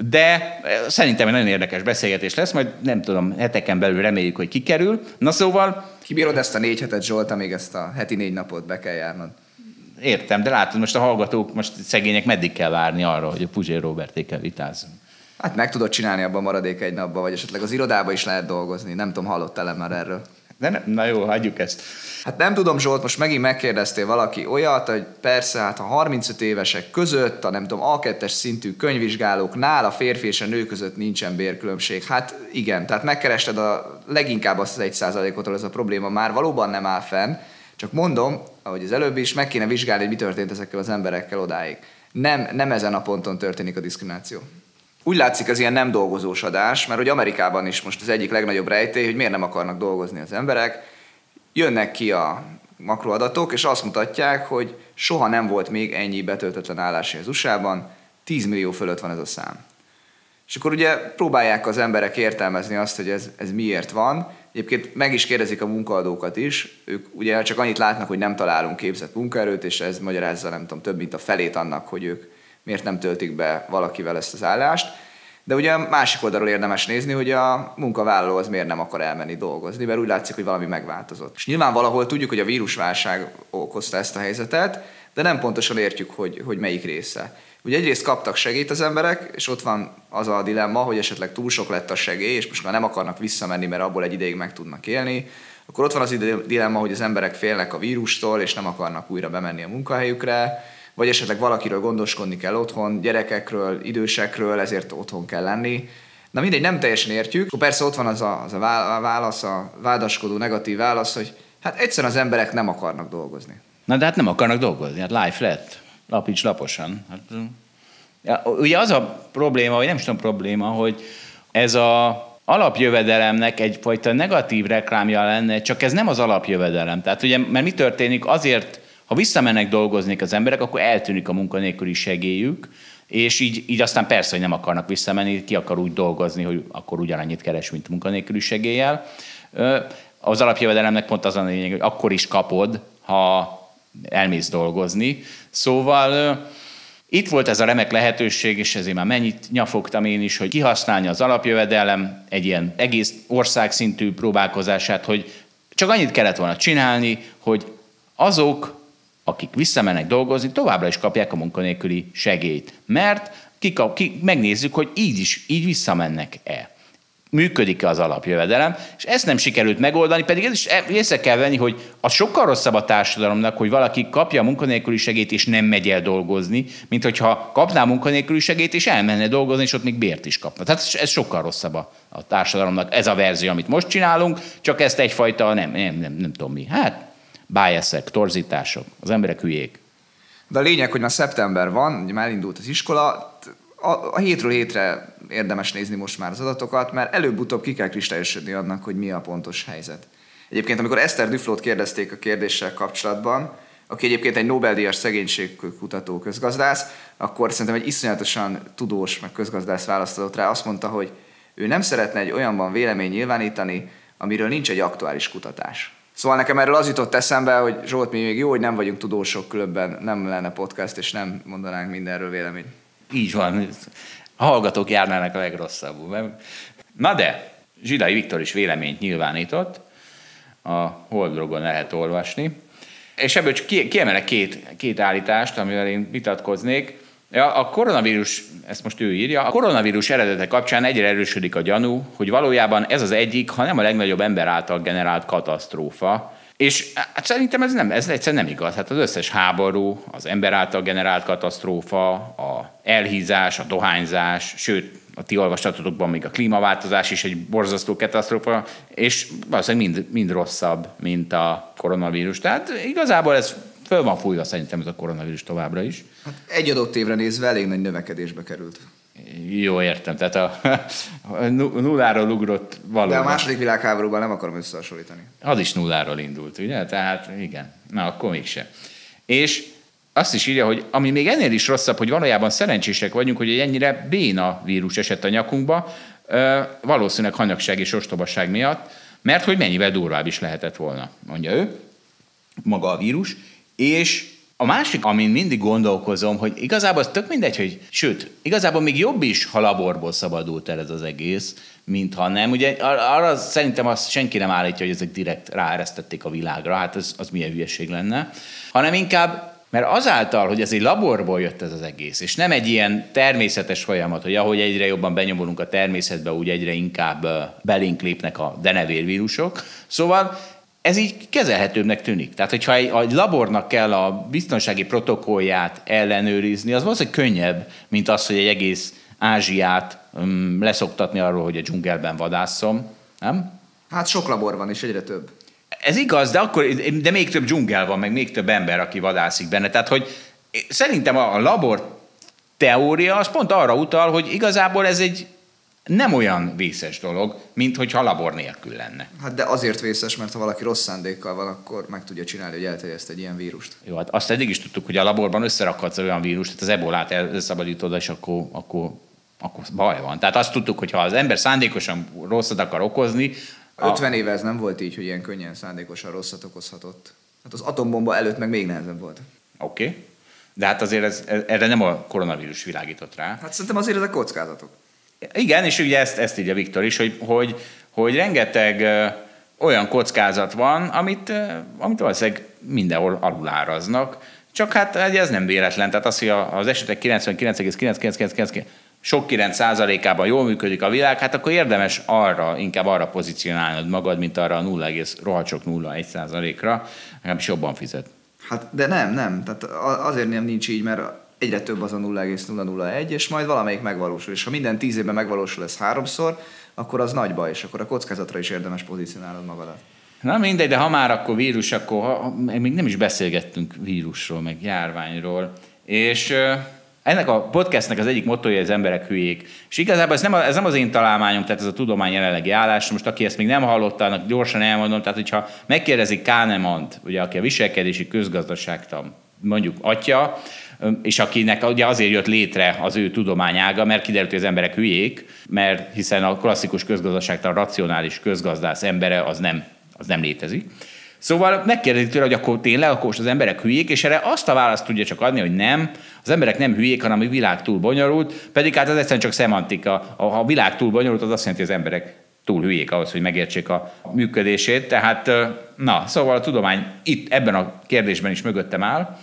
S2: De szerintem egy nagyon érdekes beszélgetés lesz, majd nem tudom, heteken belül reméljük, hogy kikerül. Na szóval...
S3: Kibírod ezt a négy hetet, Zsolt, amíg ezt a heti négy napot be kell járnod?
S2: Értem, de látod, most a hallgatók, most szegények meddig kell várni arra, hogy a Puzsér Róbertékkel vitázzunk?
S3: Hát meg tudod csinálni abban maradék egy napban, vagy esetleg az irodába is lehet dolgozni. Nem tudom, hallottál-e már erről?
S2: De ne, na jó, hagyjuk ezt.
S3: Hát nem tudom, Zsolt, most megint megkérdeztél valaki olyat, hogy persze, hát a harmincöt évesek között, a nem tudom, á kettes szintű könyvvizsgálóknál a férfi és a nő között nincsen bérkülönbség. Hát igen, tehát megkerested a leginkább azt az egy százalékot, ahol ez a probléma már valóban nem áll fenn. Csak mondom, ahogy az előbb is, meg kéne vizsgálni, hogy mi történt ezekkel az emberekkel odáig. Nem, nem ezen a ponton történik a diszkrimináció. Úgy látszik az ilyen nem dolgozós adás, mert hogy Amerikában is most az egyik legnagyobb rejtély, hogy miért nem akarnak dolgozni az emberek. Jönnek ki a makroadatok, és azt mutatják, hogy soha nem volt még ennyi betöltetlen állás az u es á-ban, tíz millió fölött van ez a szám. És akkor ugye próbálják az emberek értelmezni azt, hogy ez, ez miért van. Egyébként meg is kérdezik a munkaadókat is, ők ugye csak annyit látnak, hogy nem találunk képzett munkaerőt, és ez magyarázza, nem tudom, több mint a felét annak, hogy ők miért nem töltik be valakivel ezt az állást. De ugye a másik oldalról érdemes nézni, hogy a munkavállaló az miért nem akar elmenni dolgozni, mert úgy látszik, hogy valami megváltozott. És nyilván valahol tudjuk, hogy a vírusválság okozta ezt a helyzetet, de nem pontosan értjük, hogy, hogy melyik része. Ugye egyrészt kaptak segélyt az emberek, és ott van az a dilemma, hogy esetleg túl sok lett a segély, és most már nem akarnak visszamenni, mert abból egy ideig meg tudnak élni. Akkor ott van az a dilemma, hogy az emberek félnek a vírustól, és nem akarnak újra bemenni a munkahelyükre, vagy esetleg valakiről gondoskodni kell otthon, gyerekekről, idősekről, ezért otthon kell lenni. Na mindegy, nem teljesen értjük. Akkor persze ott van az a, az a válasz, a vádaskodó negatív válasz, hogy hát egyszerűen az emberek nem akarnak dolgozni.
S2: Na de hát nem akarnak dolgozni, hát life lett. Lapíts laposan. Hát, ja, ugye az a probléma, vagy nem is tudom probléma, hogy ez a alapjövedelemnek egyfajta negatív reklámja lenne, csak ez nem az alapjövedelem. Tehát ugye, mert mi történik azért, ha visszamennek dolgozni az emberek, akkor eltűnik a munkanélküli segélyük, és így, így aztán persze, hogy nem akarnak visszamenni, ki akar úgy dolgozni, hogy akkor ugyanannyit keres, mint munkanélküli segéllyel. Az alapjövedelemnek pont az a lényeg, hogy akkor is kapod, ha elmész dolgozni. Szóval itt volt ez a remek lehetőség, és ezért már mennyit nyafogtam én is, hogy kihasználni az alapjövedelem egy ilyen egész országszintű próbálkozását, hogy csak annyit kellett volna csinálni, hogy azok, akik visszamennek dolgozni, továbbra is kapják a munkanélküli segélyt. Mert kikap, ki, megnézzük, hogy így is, így visszamennek-e. működik-e az alapjövedelem, és ezt nem sikerült megoldani, pedig ez is észre kell venni, hogy az sokkal rosszabb a társadalomnak, hogy valaki kapja a munkanélküli segélyt, és nem megy el dolgozni, mint hogyha kapná a munkanélküli segélyt, és elmenne dolgozni, és ott még bért is kapna. Tehát ez sokkal rosszabb a, a társadalomnak, ez a verzió, amit most csinálunk, csak ezt egyfajta, nem, nem, nem, nem tudom mi, hát biaszek, torzítások, az emberek hülyék.
S3: De a lényeg, hogy már szeptember van, ugye már indult az iskola, a, a hétről hétre érdemes nézni most már az adatokat, mert előbb-utóbb ki kell kristályosodni annak, hogy mi a pontos helyzet. Egyébként, amikor Eszter Duflót kérdezték a kérdéssel kapcsolatban, aki egyébként egy Nobel-díjas szegénységkutató közgazdász, akkor szerintem egy iszonyatosan tudós, meg közgazdász választott rá, azt mondta, hogy ő nem szeretne egy olyanban vélemény nyilvánítani, amiről nincs egy aktuális kutatás. Szóval nekem erről az jutott eszembe, hogy Zsolt, mi még jó, hogy nem vagyunk tudósok, különben nem lenne podcast, és nem mondanánk mindenről véleményt.
S2: Így van. A hallgatók járnának a legrosszabbul. Na de, Zsidai Viktor is véleményt nyilvánított, a Holdblogon lehet olvasni, és ebből csak kiemelek két, két állítást, amivel én vitatkoznék. A koronavírus, ezt most ő írja, a koronavírus eredete kapcsán egyre erősödik a gyanú, hogy valójában ez az egyik, ha nem a legnagyobb ember által generált katasztrófa. És hát szerintem ez, nem, ez egyszerűen nem igaz. Hát az összes háború, az ember által generált katasztrófa, a elhízás, a dohányzás, sőt, a ti olvastatotokban még a klímaváltozás is egy borzasztó katasztrófa, és valószínűleg mind, mind rosszabb, mint a koronavírus. Tehát igazából ez föl van fújva szerintem ez a koronavírus továbbra is.
S3: Hát egy adott évre nézve elég nagy növekedésbe került.
S2: Jó, értem. Tehát a, a nulláról ugrott valóban.
S3: De a második világháborúban nem akarom összehasonlítani.
S2: Az is nulláról indult, ugye? Tehát igen. Na, akkor mégse. És azt is írja, hogy ami még ennél is rosszabb, hogy valójában szerencsések vagyunk, hogy ennyire béna vírus esett a nyakunkba, valószínűleg hanyagság és ostobaság miatt, mert hogy mennyivel durvább is lehetett volna, mondja ő, maga a vírus, és a másik, amin mindig gondolkozom, hogy igazából az tök mindegy, hogy sőt, igazából még jobb is, ha laborból szabadult el ez az egész, mint ha nem. Ugye arra szerintem azt senki nem állítja, hogy ezek direkt ráeresztették a világra, hát az, az milyen hülyeség lenne, hanem inkább, mert azáltal, hogy ez egy laborból jött ez az egész, és nem egy ilyen természetes folyamat, hogy ahogy egyre jobban benyomulunk a természetbe, úgy egyre inkább belénk lépnek a denevérvírusok. Szóval ez így kezelhetőbbnek tűnik. Tehát, hogyha egy, egy labornak kell a biztonsági protokollját ellenőrizni, az valószínűleg könnyebb, mint az, hogy egy egész Ázsiát um, leszoktatni arról, hogy a dzsungelben vadásszom. Nem?
S3: Hát sok labor van, és egyre több.
S2: Ez igaz, de, akkor, de még több dzsungel van, meg még több ember, aki vadászik benne. Tehát, hogy szerintem a labor teória az pont arra utal, hogy igazából ez egy nem olyan vészes dolog, mint hogyha labor nélkül lenne.
S3: Hát de azért vészes, mert ha valaki rossz szándékkal van, akkor meg tudja csinálni, hogy elterjeszt egy ilyen vírust.
S2: Jó, hát azt eddig is tudtuk, hogy a laborban összerakadsz olyan vírust, tehát az ebolát elszabadítod, és akkor, akkor, akkor baj van. Tehát azt tudtuk, hogy ha az ember szándékosan rosszat akar okozni...
S3: ötven éve ez nem volt így, hogy ilyen könnyen szándékosan rosszat okozhatott. Hát az atombomba előtt meg még nehezebb volt.
S2: Oké. Okay. De hát azért ez, erre nem a koronavírus világított rá.
S3: Hát szerintem azért ezek kockázatok.
S2: Igen, és ugye ezt, ezt írja Viktor is, hogy, hogy, hogy rengeteg ö, olyan kockázat van, amit, ö, amit valószínűleg mindenhol aluláraznak, csak hát ez nem véletlen. Tehát az, hogy az esetek kilencvenkilenc egész kilencszázkilencvenkilenc sok kilenc százalékában jól működik a világ, hát akkor érdemes arra, inkább arra pozícionálnod magad, mint arra a nulla rohadsok nulla egy százalékra, legalábbis jobban fizet.
S3: Hát de nem, nem. Tehát azért nem nincs így, mert egyre több az a nulla egész nulla nulla egy, és majd valamelyik megvalósul. És ha minden tíz évben megvalósul ez háromszor, akkor az nagy baj, és akkor a kockázatra is érdemes pozícionálnod magadat.
S2: Na mindegy, de ha már akkor vírus, akkor ha, még nem is beszélgettünk vírusról, meg járványról. És euh, ennek a podcastnek az egyik mottoja az emberek hülyék. És igazából ez nem, a, ez nem az én találmányom, tehát ez a tudomány jelenlegi állás. Most aki ezt még nem hallotta, annak gyorsan elmondom, tehát hogyha megkérdezik Kahnemant, ugye, aki a viselkedési közgazdaságtan mondjuk atya, és akinek ugye azért jött létre az ő tudományága, mert kiderült, hogy az emberek hülyék, mert hiszen a klasszikus közgazdaságtan racionális közgazdász embere az nem, az nem létezik. Szóval megkérdezik tőle, hogy akkor tényleg akkor most az emberek hülyék, és erre azt a választ tudja csak adni, hogy nem, az emberek nem hülyék, hanem a világ túl bonyolult, pedig hát az egyszerűen csak szemantika. Ha a világ túl bonyolult, az azt jelenti, hogy az emberek túl hülyék ahhoz, hogy megértsék a működését. Tehát, na, szóval a tudomány itt ebben a kérdésben is mögöttem áll,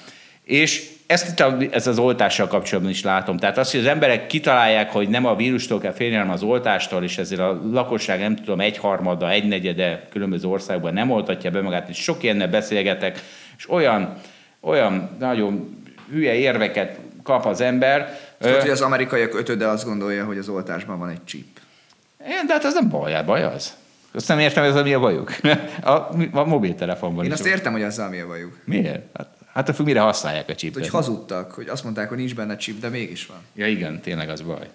S2: És ezt itt a, ez az oltással kapcsolatban is látom. Tehát azt, hogy az emberek kitalálják, hogy nem a vírustól kell félni, hanem az oltástól, és ezért a lakosság, nem tudom, egyharmada, egynegyede különböző országban nem oltatja be magát, és sok ilyennel beszélgetek, és olyan, olyan nagyon hülye érveket kap az ember.
S3: Tudod, hogy az amerikaiak ötöde azt gondolja, hogy az oltásban van egy chip.
S2: De hát az nem baj, baj az. Azt nem értem, ez a mi a bajuk. A, a mobiltelefonban
S3: Én
S2: is.
S3: azt értem, hogy azzal mi a bajuk.
S2: Miért? Hát, hát akkor mire használják a csipet?
S3: Hogy hazudtak, hogy azt mondták, hogy nincs benne chip, de mégis van.
S2: Ja igen, tényleg az baj.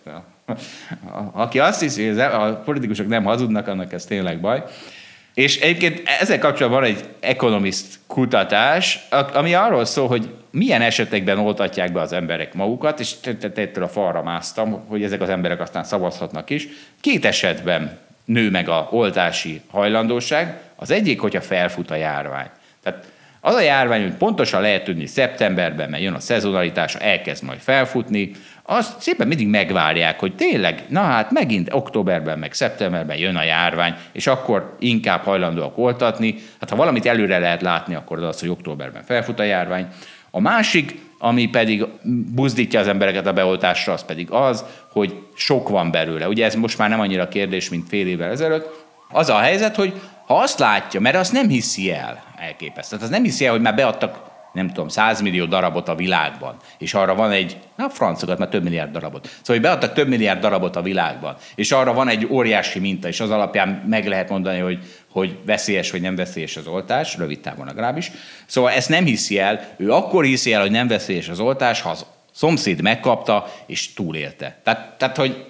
S2: Aki azt hiszi, hogy a politikusok nem hazudnak, annak ez tényleg baj. És egyébként ezzel kapcsolatban van egy Economist kutatás, ami arról szól, hogy milyen esetekben oltatják be az emberek magukat, és ettől a falra másztam, hogy ezek az emberek aztán szavazhatnak is. Két esetben nő meg a oltási hajlandóság. Az egyik, hogyha felfut a járvány. Tehát az a járvány, hogy pontosan lehet tudni szeptemberben, mert jön a szezonalitása, elkezd majd felfutni, azt szépen mindig megvárják, hogy tényleg, na hát megint októberben, meg szeptemberben jön a járvány, és akkor inkább hajlandóak oltatni. Hát ha valamit előre lehet látni, akkor az az, hogy októberben felfut a járvány. A másik, ami pedig buzdítja az embereket a beoltásra, az pedig az, hogy sok van belőle. Ugye ez most már nem annyira kérdés, mint fél évvel ezelőtt. Az a helyzet, hogy ha azt látja, mert azt nem hiszi el, elképesztő. Tehát az nem hiszi el, hogy már beadtak, nem tudom, száz millió darabot a világban, és arra van egy, na francokat, már több milliárd darabot. Szóval, hogy beadtak több milliárd darabot a világban, és arra van egy óriási minta, és az alapján meg lehet mondani, hogy, hogy veszélyes vagy nem veszélyes az oltás, rövid távon legalábbis. Szóval ezt nem hiszi el, ő akkor hiszi el, hogy nem veszélyes az oltás, ha az szomszéd megkapta, és túlélte. Tehát, tehát hogy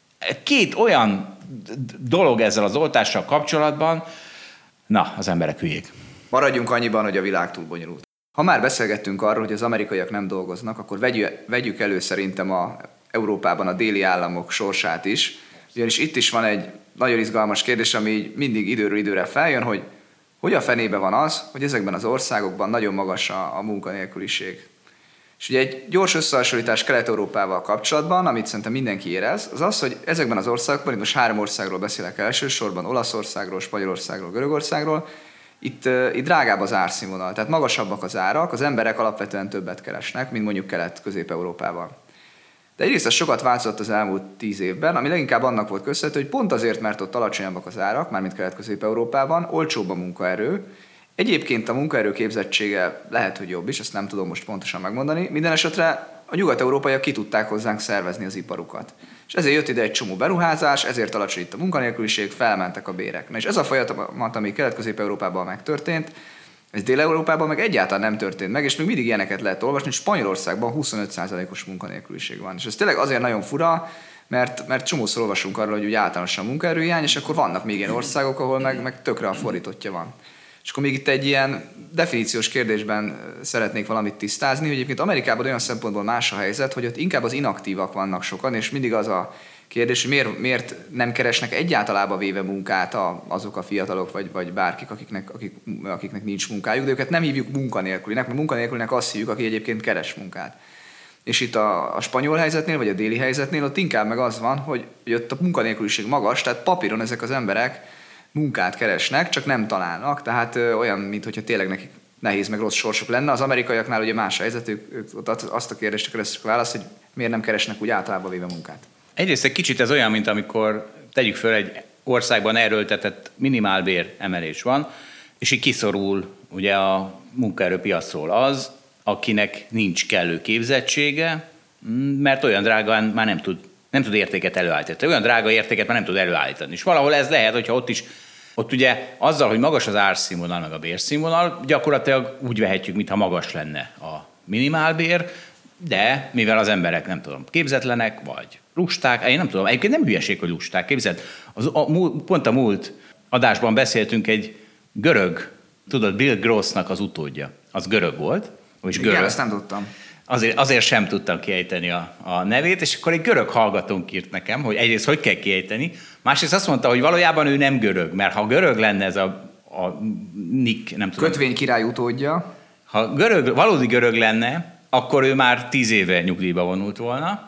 S2: két olyan dolog ezzel az oltással kapcsolatban, na, az emberek hülyék.
S3: Maradjunk annyiban, hogy a világ túl bonyolult. Ha már beszélgettünk arról, hogy az amerikaiak nem dolgoznak, akkor vegyük elő szerintem a Európában a déli államok sorsát is, ugyanis itt is van egy nagyon izgalmas kérdés, ami mindig időről időre feljön, hogy hogy a fenébe van az, hogy ezekben az országokban nagyon magas a, a munkanélküliség. És ugye egy gyors összehasonlítás Kelet-Európával kapcsolatban, amit szerintem mindenki érez, az az, hogy ezekben az országokban, itt most három országról beszélek elsősorban, Olaszországról, Spanyolországról, Görögországról, itt, itt drágább az árszínvonal, tehát magasabbak az árak, az emberek alapvetően többet keresnek, mint mondjuk Kelet-Közép-Európában. De egyrészt ez sokat változott az elmúlt tíz évben, ami leginkább annak volt köszönhető, hogy pont azért, mert ott alacsonyabbak az árak, mármint Kelet-Közép-Európában, olcsóbb a munkaerő. Egyébként a munkaerő képzettsége lehet, hogy jobb is, ezt nem tudom most pontosan megmondani. Minden esetre a nyugat-európaiak ki tudták hozzánk szervezni az iparukat. És ezért jött ide egy csomó beruházás, ezért alacsony itt a munkanélküliség, felmentek a bérek. Na és ez a folyamat, ami Kelet-Közép-Európában megtörtént, ez Dél-Európában meg egyáltalán nem történt meg, és még mindig ilyeneket lehet olvasni, hogy Spanyolországban huszonöt százalékos munkanélküliség van. És ez tényleg azért nagyon fura, mert, mert csomószor olvasunk arról, hogy úgy általánosan munkaerőhiány, és akkor vannak még ilyen országok, ahol meg, meg tökre a fordítottja van. És akkor még itt egy ilyen definíciós kérdésben szeretnék valamit tisztázni, hogy egyébként Amerikában olyan szempontból más a helyzet, hogy ott inkább az inaktívak vannak sokan, és mindig az a kérdés, hogy miért, miért nem keresnek egyáltalában véve munkát a, azok a fiatalok, vagy, vagy bárkik, akiknek, akik, akiknek nincs munkájuk, de őket nem hívjuk munkanélkülinek, mert munkanélkülinek azt hívjuk, aki egyébként keres munkát. És itt a, a spanyol helyzetnél, vagy a déli helyzetnél ott inkább meg az van, hogy, hogy ott a munkanélküliség magas, tehát papíron ezek az emberek munkát keresnek, csak nem találnak, tehát ö, olyan, mintha tényleg nekik nehéz meg rossz sorsuk lenne. Az amerikaiaknál ugye más a helyzet, ők, ők ott azt a kérdést keresik a választ, hogy miért nem keresnek úgy általában véve munkát.
S2: Egyrészt egy kicsit ez olyan, mint amikor tegyük föl egy országban erőltetett minimálbér emelés van, és így kiszorul ugye a munkaerőpiacról az, akinek nincs kellő képzettsége, mert olyan drágán már nem tud, nem tud értéket előállítani. Olyan drága értéket már nem tud előállítani. És valahol ez lehet, hogyha ott is, ott ugye azzal, hogy magas az árszínvonal, meg a bérszínvonal, gyakorlatilag úgy vehetjük, mintha magas lenne a minimálbér, de mivel az emberek, nem tudom, képzetlenek, vagy lusták, én nem tudom, egyébként nem hülyeség, hogy lusták, képzeld, az, a, pont a múlt adásban beszéltünk egy görög, tudod, Bill Grossnak az utódja, az görög volt, és
S3: igen,
S2: görög.
S3: ezt nem tudtam.
S2: Azért, azért sem tudtam kiejteni a, a nevét, és akkor egy görög hallgatónk írt nekem, hogy egyrészt hogy kell kiejteni, másrészt azt mondta, hogy valójában ő nem görög, mert ha görög lenne ez a, a nick, nem tudom.
S3: Kötvény király utódja.
S2: Ha görög, valódi görög lenne, akkor ő már tíz éve nyugdíjba vonult volna.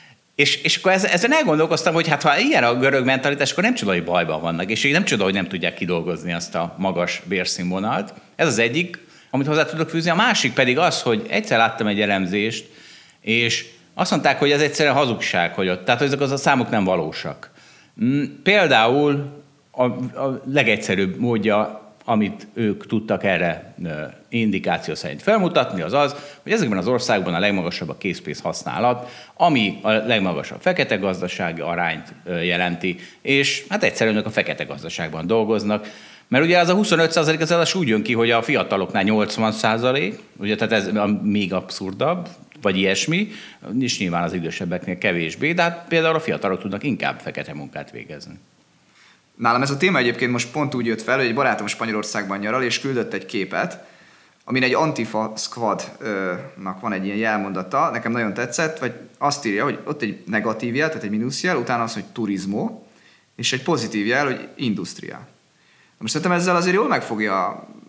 S2: És, és akkor ezen elgondolkoztam, hogy hát ha ilyen a görög mentalitás, akkor nem csoda, hogy bajban vannak, és nem csoda, hogy nem tudják kidolgozni azt a magas bérszínvonalat. Ez az egyik. amit hozzá tudok fűzni. A másik pedig az, hogy egyszer láttam egy elemzést, és azt mondták, hogy ez egyszerűen hazugság, hogy ott, tehát ezek az a számok nem valósak. Például a, a legegyszerűbb módja, amit ők tudtak erre indikáció szerint felmutatni, az az, hogy ezekben az országban a legmagasabb a készpénz használat, ami a legmagasabb fekete gazdasági arányt jelenti, és hát egyszerűen ők a fekete gazdaságban dolgoznak, mert ugye az a huszonöt százalék az, az úgy jön ki, hogy a fiataloknál nyolcvan százalék, ugye, tehát ez még abszurdabb, vagy ilyesmi, és nyilván az idősebbeknél kevésbé, de hát például a fiatalok tudnak inkább fekete munkát végezni.
S3: Nálam ez a téma egyébként most pont úgy jött fel, hogy egy barátom Spanyolországban nyaral, és küldött egy képet, amin egy Antifa Squadnak van egy ilyen jelmondata, nekem nagyon tetszett, vagy azt írja, hogy ott egy negatív jel, tehát egy mínuszjel, utána az, hogy turizmo, és egy pozitív jel, hogy industria. Most szerintem ezzel azért jól megfogja,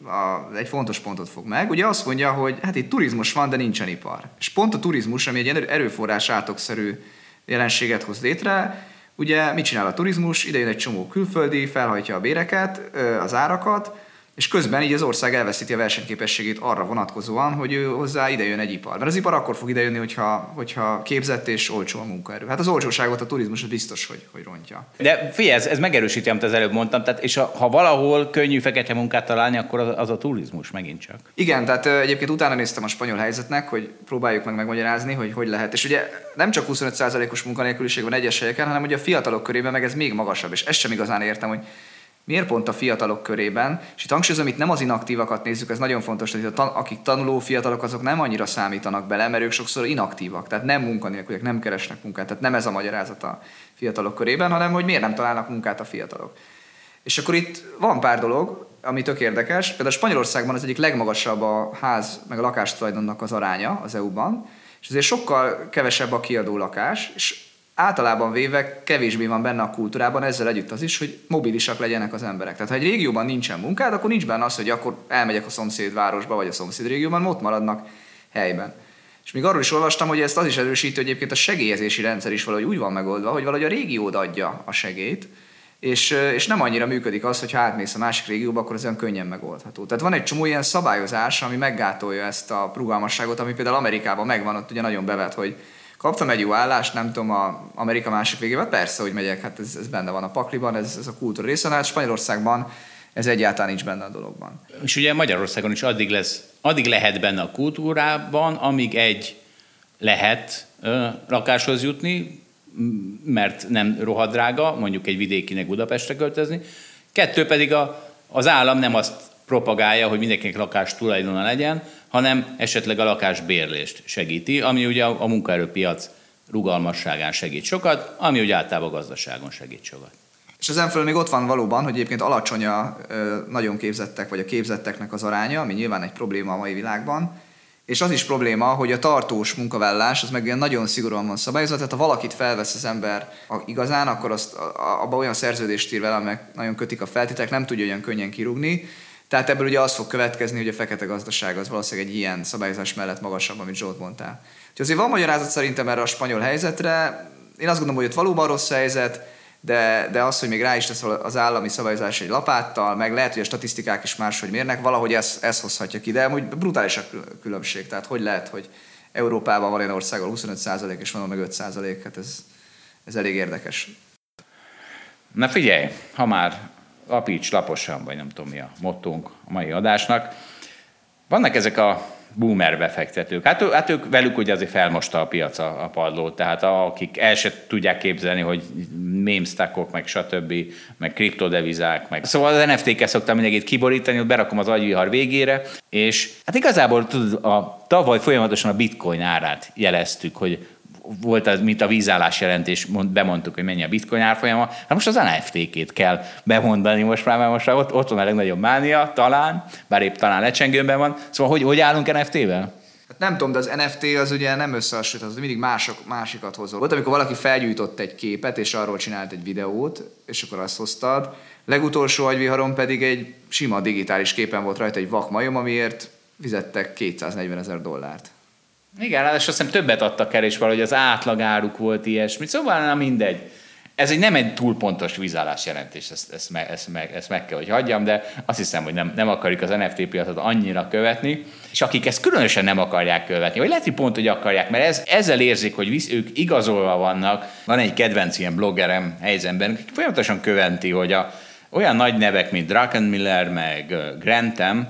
S3: a, egy fontos pontot fog meg. Ugye azt mondja, hogy hát itt turizmus van, de nincsen ipar. És pont a turizmus, ami egy erőforrás átokszerű jelenséget hoz létre, ugye mit csinál a turizmus? Ide jön egy csomó külföldi, felhajtja a béreket, az árakat, és közben így az ország elveszíti a versenyképességét arra vonatkozóan, hogy ő hozzá ide jön egy ipar. Mert az ipar akkor fog idejönni, hogyha, hogyha képzett és olcsó a munkaerő. Hát az olcsóságot a turizmus biztos, hogy, hogy rontja.
S2: De figyelj, ez, ez megerősíti, amit az előbb mondtam, tehát, és a, ha valahol könnyű fekete munkát találni, akkor az, az a turizmus megint csak.
S3: Igen, tehát egyébként utána néztem a spanyol helyzetnek, hogy próbáljuk meg megmagyarázni, hogy hogy lehet. És ugye nem csak huszonöt százalékos munkanélküliség van egyes helyeken, hanem ugye a fiatalok körében meg ez még magasabb, és ezt sem igazán értem, hogy miért pont a fiatalok körében, és itt hangsúlyozom, itt nem az inaktívakat nézzük, ez nagyon fontos, hogy akik tanuló fiatalok, azok nem annyira számítanak bele, mert ők sokszor inaktívak, tehát nem munkanélküliek, nem keresnek munkát, tehát nem ez a magyarázat a fiatalok körében, hanem hogy miért nem találnak munkát a fiatalok. És akkor itt van pár dolog, ami tök érdekes, például Spanyolországban az egyik legmagasabb a ház meg a lakástulajdonnak az aránya az é u-ban, és azért sokkal kevesebb a kiadó lakás, és általában véve kevésbé van benne a kultúrában, ezzel együtt az is, hogy mobilisak legyenek az emberek. Tehát ha egy régióban nincsen munkád, akkor nincs benne az, hogy akkor elmegyek a szomszéd városba, vagy a szomszéd régióban, ott maradnak helyben. És még arról is olvastam, hogy ezt az is erősíti, hogy egyébként a segélyezési rendszer is valahogy úgy van megoldva, hogy valahogy a régiód adja a segélyt, és, és nem annyira működik az, hogy ha átmész a másik régióba, akkor ez olyan könnyen megoldható. Tehát van egy csomó ilyen szabályozás, ami meggátolja ezt a rugalmasságot, ami például Amerikában megvan, ott ugye nagyon bevet, hogy kaptam egy jó állást, nem tudom, a Amerika másik végével, persze, hogy megyek, hát ez, ez benne van a pakliban, ez, ez a kultúra része, hát Spanyolországban ez egyáltalán nincs benne a dologban.
S2: És ugye Magyarországon is addig, lesz, addig lehet benne a kultúrában, amíg egy lehet ö, lakáshoz jutni, mert nem rohadt drága, mondjuk egy vidékinek Budapestre költözni, kettő pedig a, az állam nem azt propagálja, hogy mindenkinek lakás tulajdona legyen, hanem esetleg a lakásbérlést segíti, ami ugye a munkaerőpiac rugalmasságán segít sokat, ami ugye általában a gazdaságon segít sokat.
S3: És ezen felül még ott van valóban, hogy egyébként alacsony a nagyon képzettek, vagy a képzetteknek az aránya, ami nyilván egy probléma a mai világban, és az is probléma, hogy a tartós munkavállalás az meg ilyen nagyon szigorúan van szabályozva, tehát ha valakit felvesz az ember igazán, akkor azt abban olyan szerződést ír vele, amelyek nagyon kötik a feltételek, nem tudja olyan könnyen kirúgni. Tehát ebből ugye az fog következni, hogy a fekete gazdaság az valószínűleg egy ilyen szabályozás mellett magasabb, amit Zsolt mondtál. Úgyhogy azért van magyarázat szerintem erre a spanyol helyzetre. Én azt gondolom, hogy ott valóban rossz helyzet, de, de az, hogy még rá is tesz az állami szabályozás egy lapáttal, meg lehet, hogy a statisztikák is máshogy mérnek, valahogy ez, ez hozhatja ki, de amúgy brutális a különbség. Tehát hogy lehet, hogy Európában van olyan ország, ahol huszonöt százalék és van meg öt százalék, hát ez, ez elég érdekes.
S2: Na figyelj, ha már lapíts laposan, vagy nem tudom mi a mottónk a mai adásnak. Vannak ezek a boomer befektetők. Hát, hát ők velük ugye azért felmosta a piac a, a padlót, tehát akik el se tudják képzelni, hogy meme stackok, meg stb., meg kriptodevizák, meg. Szóval az en ef té-kkel szoktam mindenkit kiborítani, hogy berakom az agyvihar végére, és hát igazából tudod, a, tavaly folyamatosan a bitcoin árát jeleztük, hogy volt az, mint a vízállás jelentés, bemondtuk, hogy mennyi a bitcoin árfolyama. Hát most az en ef té-két kell bemondani most már, mert most már ott, ott van a legnagyobb mánia, talán, bár épp talán lecsengőben van. Szóval hogy, hogy állunk en ef té-vel?
S3: Hát nem tudom, de az en ef té az ugye nem összehasonlít, az mindig mások, másikat hozol. Volt, amikor valaki felgyújtott egy képet, és arról csinált egy videót, és akkor azt hoztad. Legutolsó agyviharon pedig egy sima digitális képen volt rajta egy vakmajom, amiért fizettek kétszáznegyvenezer dollárt.
S2: Igen, és azt hiszem többet adtak el, és valahogy az átlagáruk volt ilyesmi. Szóval nem mindegy. Ez egy nem egy túl pontos vízállás jelentés, ezt, ezt, meg, ezt, meg, ezt meg kell, hogy hagyjam, de azt hiszem, hogy nem, nem akarjuk az en ef té piacot annyira követni, és akik ezt különösen nem akarják követni, vagy lehet, hogy pont, hogy akarják, mert ez, ezzel érzik, hogy visz, ők igazolva vannak. Van egy kedvenc ilyen bloggerem helyzetben, aki folyamatosan követi, hogy a, olyan nagy nevek, mint Druckenmiller, meg Grantham,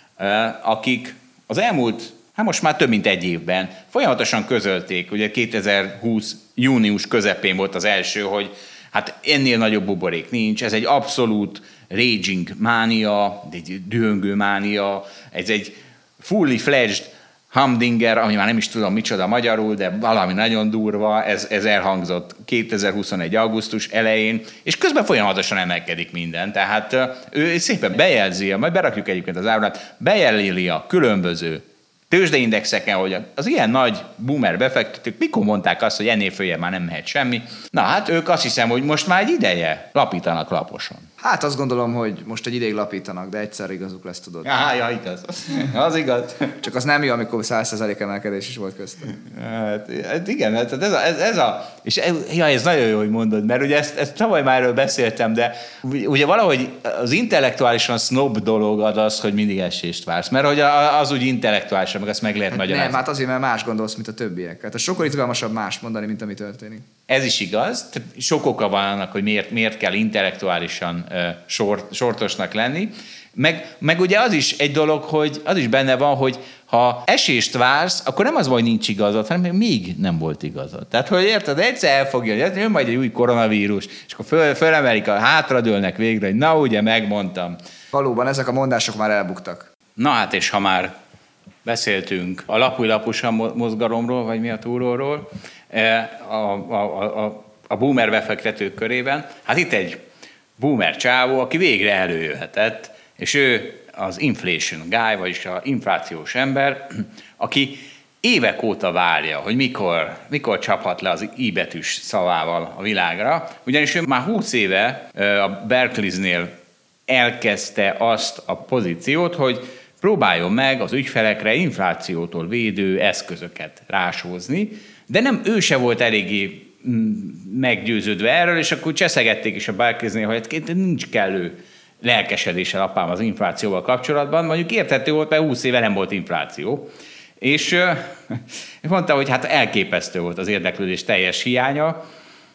S2: akik az elmúlt, hát most már több mint egy évben folyamatosan közölték, ugye kétezer-húsz június közepén volt az első, hogy hát ennél nagyobb buborék nincs, ez egy abszolút raging mánia, egy dühöngő mánia, ez egy fully fledged humdinger, ami már nem is tudom micsoda magyarul, de valami nagyon durva, ez, ez elhangzott kétezer-huszonegy augusztus elején, és közben folyamatosan emelkedik minden, tehát ő szépen bejelzi, majd berakjuk egyébként az ábrát, bejelöli a különböző tőzsdeindexeken, hogy az ilyen nagy boomer befektetők mikor mondták azt, hogy ennél följebb már nem mehet semmi. Na hát ők azt hiszem, hogy most már egy ideje lapítanak laposan.
S3: Hát azt gondolom, hogy most egy ideig lapítanak, de egyszer igazuk lesz, tudod.
S2: Á, ja, igaz. Az igaz.
S3: Csak az nem jó, amikor száz százalék emelkedés is volt köztük.
S2: Hát, hát igen, hát ez a, ez, ez a és ez, ja, ez nagyon jó, hogy mondod, mert ugye ezt, ezt tavaly már erről beszéltem, de ugye valahogy az intellektuálisan snob dolog az az, hogy mindig esést vársz, mert hogy az úgy intellektuálisan, meg azt meg lehet hát magyarázni.
S3: Nem, hát azért, mert más gondolsz, mint a többiek. Hát a sokkal izgalmasabb más mondani, mint ami történik.
S2: Ez is igaz. Sok oka van annak, hogy miért, miért kell intellektuálisan uh, sort, sortosnak lenni. Meg, meg ugye az is egy dolog, hogy az is benne van, hogy ha esést vársz, akkor nem az, hogy nincs igazad, hanem még nem volt igazad. Tehát, hogy érted, egyszer elfogja, hogy jön majd egy új koronavírus, és akkor föl, fölemelik, hátradőlnek végre, hogy na ugye megmondtam. Valóban ezek a mondások már elbuktak. Na hát, és ha már beszéltünk a lapúj laposan mozgalomról, vagy mi a túróról, a, a, a, a boomer befektetők körében, hát itt egy boomer csávó, aki végre előjöhetett, és ő az inflation guy, vagyis az inflációs ember, aki évek óta várja, hogy mikor, mikor csaphat le az i betűs szavával a világra, ugyanis ő már húsz éve a Barclays-nél elkezdte azt a pozíciót, hogy próbáljon meg az ügyfelekre inflációtól védő eszközöket rásózni, de nem ő se volt eléggé meggyőződve erről, és akkor cseszegették is a Barclaysnél, hogy nincs kellő lelkesedéssel apám az inflációval kapcsolatban. Mondjuk érthető volt, mert húsz éve nem volt infláció. És euh, mondta, hogy hát elképesztő volt az érdeklődés teljes hiánya.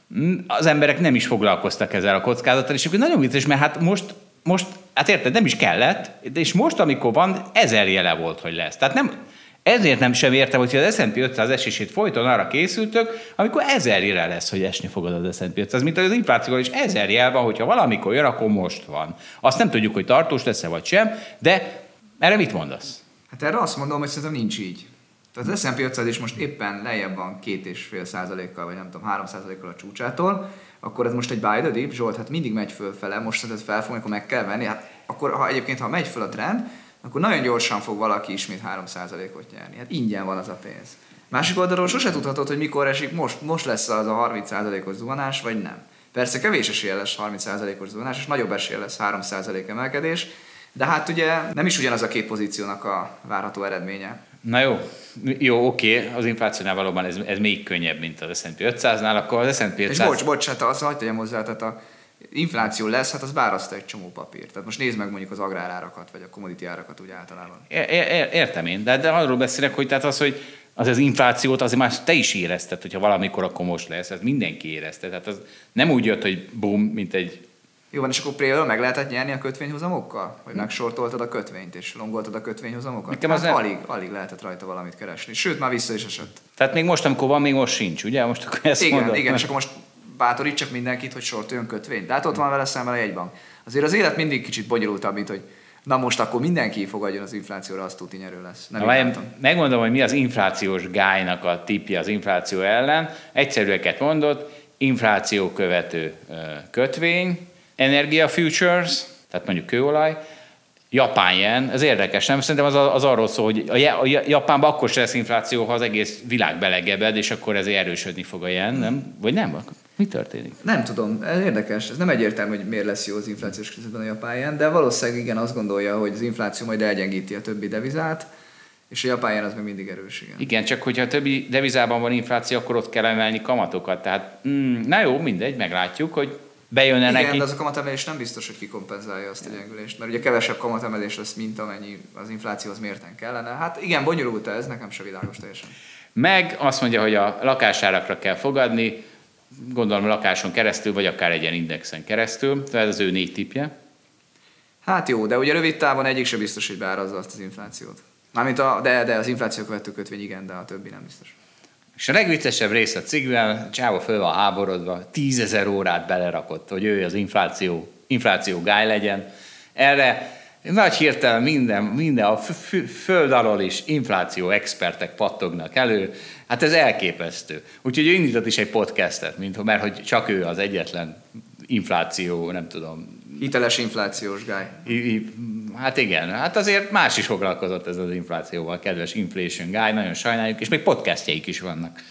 S2: Az emberek nem is foglalkoztak ezzel a kockázattal, és akkor nagyon vicces, mert hát most, most, hát érted, nem is kellett, és most, amikor van, ezer jele volt, hogy lesz. Tehát nem, ezért nem sem értem, hogy az es and pé ötszáz esését folyton arra készültök, amikor ezer jele lesz, hogy esni fogod az es and pé ötszáz, mint az inflációval is ezer jel van, hogyha valamikor jön, akkor most van. Azt nem tudjuk, hogy tartós lesz-e vagy sem, de erre mit mondasz?
S3: Hát erre azt mondom, hogy szerintem nincs így. Tehát az es and pé ötszáz is most éppen lejjebb van két és fél százalékkal, vagy nem tudom, három százalékkal a csúcsától, akkor ez most egy buy the dip, Zsolt, hát mindig megy fölfele, most szerinted felfogni, akkor meg kell venni. Hát akkor, ha egyébként, ha megy föl a trend, akkor nagyon gyorsan fog valaki ismét három százalékot nyerni. Hát ingyen van az a pénz. Másik oldalról sose tudhatod, hogy mikor esik, most, most lesz az a harminc százalékos zuhanás, vagy nem. Persze kevés esélye lesz harminc százalékos zuhanás, és nagyobb esélye lesz három százalék emelkedés, de hát ugye nem is ugyanaz a két pozíciónak a várható eredménye.
S2: Na jó, jó, oké, az inflációnál valóban ez, ez még könnyebb, mint az es and pé ötszáznál, akkor az es and pé ötszáz...
S3: És bocs, bocs, hát azt hagyd tegyem hozzá, tehát a infláció lesz, hát az báraszt egy csomó papír. Tehát most nézd meg mondjuk az agrárárakat, vagy a commodity árakat úgy általában.
S2: É, é, értem én, de, de arról beszélek, hogy tehát az, hogy az az inflációt azért már te is érezted, hogyha valamikor akkor most lesz, ez mindenki érezte. Tehát az nem úgy jött, hogy boom, mint egy...
S3: Jó van, és akkor például meg lehetett nyerni a kötvényhozamokkal? Vagy megsortoltad a kötvényt, és longoltad a kötvényhozamokat? Hát nem... alig, alig lehetett rajta valamit keresni. Sőt, már vissza is esett.
S2: Tehát még most, amikor van, még most sincs, ugye? Most akkor ezt
S3: igen,
S2: mondod.
S3: igen, és akkor most bátorítsak mindenkit, hogy sortoljon kötvényt. De hát ott van vele szemben a jegybank. Azért az élet mindig kicsit bonyolultabb, mint hogy na most akkor mindenki fogadjon az inflációra, azt tuti nyerő lesz. Nem
S2: Na, megmondom, hogy mi az inflációs guy-nak a tippje az infláció ellen. Egyszerűeket mondott, infláció követő kötvény, energia futures, tehát mondjuk kőolaj, japán yen, ez érdekes, nem? Szerintem az, az arról szól, hogy a Japánban akkor se lesz infláció, ha az egész világ belegebed, és akkor ezért erősödni fog a yen, nem? Vagy nem? Mi történik?
S3: Nem tudom, ez érdekes. Ez nem egyértelmű, hogy miért lesz jó az inflációs közöttben a japán yen, de valószínűleg igen azt gondolja, hogy az infláció majd elgyengíti a többi devizát, És a japán jen az még mindig erős, igen.
S2: Igen, csak hogyha a többi devizában van infláció, akkor ott kell emelni kamatokat. Tehát, mm, na jó, mindegy, meglátjuk, hogy bejönne
S3: igen,
S2: neki.
S3: Igen, de az a kamatemelés nem biztos, hogy kikompenzálja azt a gyengülést, mert ugye kevesebb kamatemelés lesz, mint amennyi az inflációhoz mérten kellene. Hát igen, bonyolult ez, nekem se világos teljesen.
S2: Meg azt mondja, hogy a lakásárakra kell fogadni, gondolom lakáson keresztül, vagy akár egy ilyen indexen keresztül. Tehát ez az ő négy tippje.
S3: Hát jó, de ugye rövid távon egyik sem biztos, hogy beárazza azt az inflációt. Mármint a, de, de az infláció követő kötvény igen, de a többi nem biztos.
S2: És a legviccesebb rész a cikkben, Csávó föl van háborodva, tízezer órát belerakott, hogy ő az infláció, infláció guy legyen. Erre nagy hirtelen minden, minden a föld alól is infláció expertek pattognak elő. Hát ez elképesztő. Úgyhogy ő indított is egy podcastet, mint, mert hogy csak ő az egyetlen infláció, nem tudom.
S3: Hiteles inflációs guy.
S2: I, I, hát igen, hát azért más is foglalkozott ez az inflációval, kedves inflation guy, nagyon sajnáljuk, és még podcastjaik is vannak.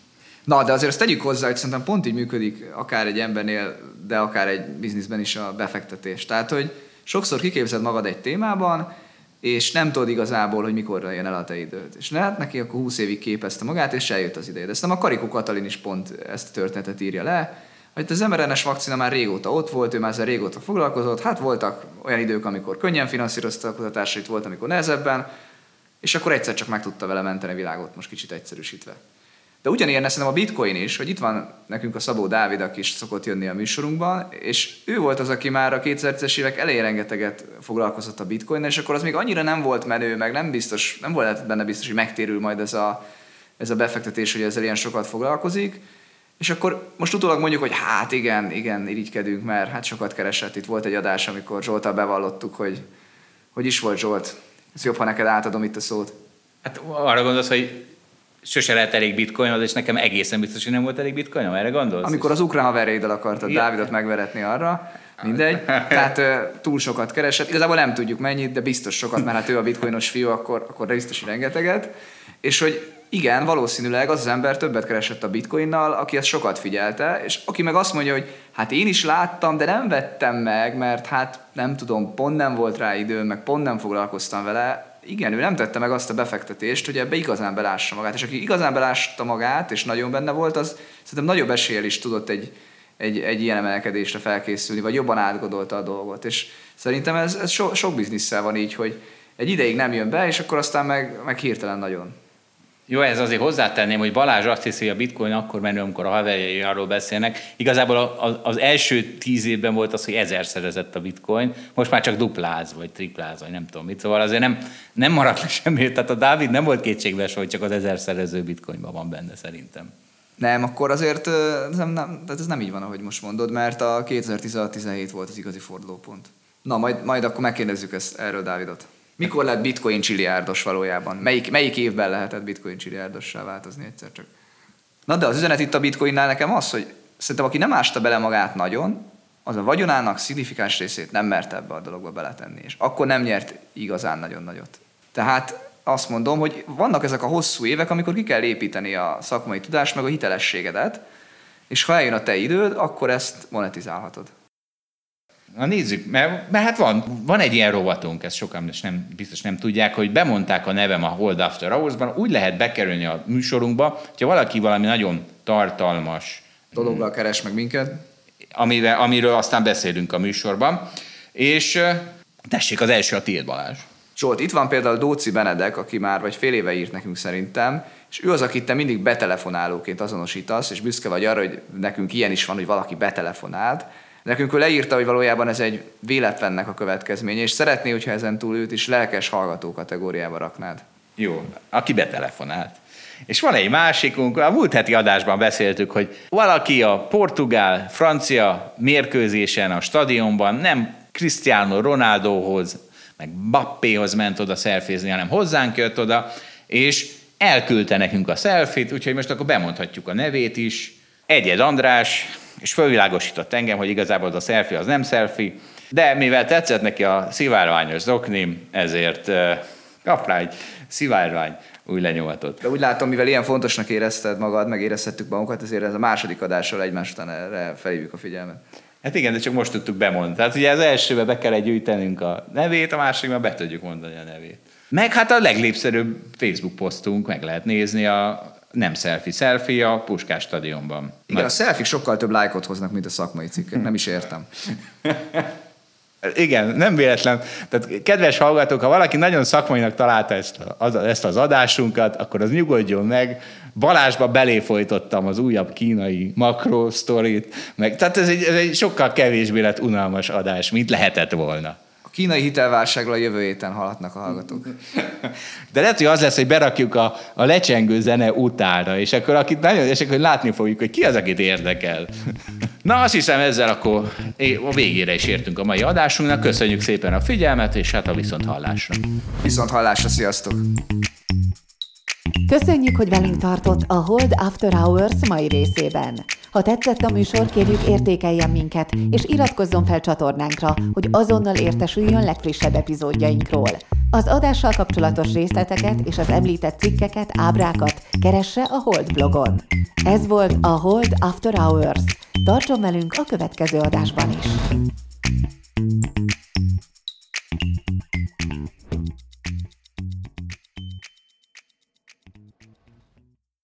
S3: Na, de azért azt tegyük hozzá, hogy szerintem pont így működik akár egy embernél, de akár egy bizniszben is a befektetés. Tehát, hogy sokszor kiképzed magad egy témában, és nem tudod igazából, hogy mikor jön el a te időd. És lehet neki, akkor húsz évig képezte magát, és eljött az ideje. De ezt nem a Karikó Katalin is pont ezt a történetet írja le, hogy az em er en es vakcina már régóta ott volt, ő már ezzel régóta foglalkozott, hát voltak olyan idők, amikor könnyen finanszírozta a kutatásait, volt, amikor nehezebben, és akkor egyszer csak meg tudta vele menteni a világot, most kicsit egyszerűsítve. De ugyanilyen szerintem a bitcoin is, hogy itt van nekünk a Szabó Dávid, aki is szokott jönni a műsorunkban, és ő volt az, aki már a kétezer-tízes évek elején rengeteget foglalkozott a bitcoinnal, és akkor az még annyira nem volt menő, meg nem biztos, nem volt benne biztos, hogy megtérül majd ez a, ez a befektetés, hogy ezzel ilyen sokat foglalkozik. És akkor most utólag mondjuk, hogy hát igen, igen, irigykedünk, mert hát sokat keresett. Itt volt egy adás, amikor Zsolttal bevallottuk, hogy hogy is volt, Zsolt? Ez jobb, ha neked átadom itt a szót.
S2: Hát arra gondolsz, hogy sose lehet elég bitcoinhoz, és nekem egészen biztos, hogy nem volt elég bitcoinom, erre gondolsz?
S3: Amikor az ukrán haverjaiddal akartad igen. Dávidot megveretni arra, mindegy, tehát túl sokat keresett. Igazából nem tudjuk mennyit, de biztos sokat, mert hát ő a bitcoinos fiú, akkor, akkor biztos, hogy rengeteget. És hogy igen, valószínűleg az az ember többet keresett a bitcoinnal, aki ezt sokat figyelte, és aki meg azt mondja, hogy hát én is láttam, de nem vettem meg, mert hát nem tudom, pont nem volt rá időm, meg pont nem foglalkoztam vele. Igen, ő nem tette meg azt a befektetést, hogy ebbe igazán belássa magát. És aki igazán belásta magát, és nagyon benne volt, az szerintem nagyobb eséllyel is tudott egy, egy, egy ilyen emelkedésre felkészülni, vagy jobban átgondolta a dolgot. És szerintem ez, ez so, sok bizniszsel van így, hogy egy ideig nem jön be, és akkor aztán meg, meg hirtelen nagyon.
S2: Jó, ez azért hozzátenném, hogy Balázs azt hiszi, hogy a bitcoin akkor menő, amikor a haverjai arról beszélnek. Igazából az első tíz évben volt az, hogy ezerszerezett a bitcoin, most már csak dupláz, vagy tripláz, vagy nem tudom mit. Szóval azért nem, nem maradt le semmi. Tehát a Dávid nem volt kétségbeesve, hogy csak az ezerszerező bitcoinban van benne szerintem.
S3: Nem, akkor azért ez nem, nem, tehát ez nem így van, ahogy most mondod, mert a kétezer-tizenhat-tizenhét volt az igazi fordulópont. Na, majd, majd akkor megkérdezzük ezt erről Dávidot. Mikor lett bitcoin csiliárdos valójában? Melyik, melyik évben lehetett bitcoin csiliárdossá változni egyszer csak? Na de az üzenet itt a bitcoinnál nekem az, hogy szerintem aki nem ásta bele magát nagyon, az a vagyonának szignifikáns részét nem mert ebbe a dologba beletenni, és akkor nem nyert igazán nagyon nagyot. Tehát azt mondom, hogy vannak ezek a hosszú évek, amikor ki kell építeni a szakmai tudást, meg a hitelességedet, és ha eljön a te időd, akkor ezt monetizálhatod.
S2: Na nézzük, mert, mert hát van, van egy ilyen rovatunk, ezt sokan nem, biztos nem tudják, hogy bemondták a nevem a Hold After Hours-ban, úgy lehet bekerülni a műsorunkba, hogyha valaki valami nagyon tartalmas
S3: dologgal keres meg minket,
S2: amivel, amiről aztán beszélünk a műsorban, és tessék, az első a tiéd, Balázs.
S3: Zsolt, itt van például Dóci Benedek, aki már vagy fél éve írt nekünk szerintem, és ő az, akit te mindig betelefonálóként azonosítasz, és büszke vagy arra, hogy nekünk ilyen is van, hogy valaki betelefonált. Nekünk ő leírta, hogy valójában ez egy véletlennek a következménye, és szeretné, hogyha ezen túl őt is lelkes hallgató kategóriába raknád.
S2: Jó, aki betelefonált. És van egy másikunk, a múlt heti adásban beszéltük, hogy valaki a portugál-francia mérkőzésen a stadionban nem Cristiano Ronaldohoz, meg Mbappéhoz ment oda szelfézni, hanem hozzánk jött oda, és elküldte nekünk a szelfit, úgyhogy most akkor bemondhatjuk a nevét is. Egyed András, és fölvilágosított engem, hogy igazából az a selfie az nem selfie, de mivel tetszett neki a szivárványos zoknim, ezért uh, kap rá egy szivárvány új lenyomatot.
S3: De úgy látom, mivel ilyen fontosnak érezted magad, meg érezhettük magunkat, ezért ez a második adással egymás után erre felhívjuk a figyelmet.
S2: Hát igen, de csak most tudtuk bemondani. Tehát ugye az elsőbe be kell gyűjtenünk a nevét, a másikban be tudjuk mondani a nevét. Meg hát a legnépszerűbb Facebook posztunk, meg lehet nézni a nem selfie, selfie a Puskás stadionban.
S3: Igen, a selfie sokkal több lájkot hoznak, mint a szakmai cikkek, nem is értem.
S2: Igen, nem véletlen. Tehát kedves hallgatók, ha valaki nagyon szakmainak találta ezt, az, ezt az adásunkat, akkor az nyugodjon meg. Balázsba belé folytottam az újabb kínai makro sztorit, meg, tehát ez egy, ez egy sokkal kevésbé lett unalmas adás, mint lehetett volna.
S3: A kínai hitelválságról a jövő héten hallhatnak a hallgatók.
S2: De lehet, hogy az lesz, hogy berakjuk a, a lecsengő zene utána, és akkor akit nagyon, és akkor látni fogjuk, hogy ki az, akit érdekel. Na, azt hiszem, ezzel akkor a végére is értünk a mai adásunknak. Köszönjük szépen a figyelmet, és hát a viszonthallásra.
S3: Viszonthallásra, sziasztok!
S1: Köszönjük, hogy velünk tartott a Hold After Hours mai részében. Ha tetszett a műsor, kérjük értékeljen minket, és iratkozzon fel csatornánkra, hogy azonnal értesüljön legfrissebb epizódjainkról. Az adással kapcsolatos részleteket és az említett cikkeket, ábrákat keresse a Hold blogon. Ez volt a Hold After Hours. Tartson velünk a következő adásban is!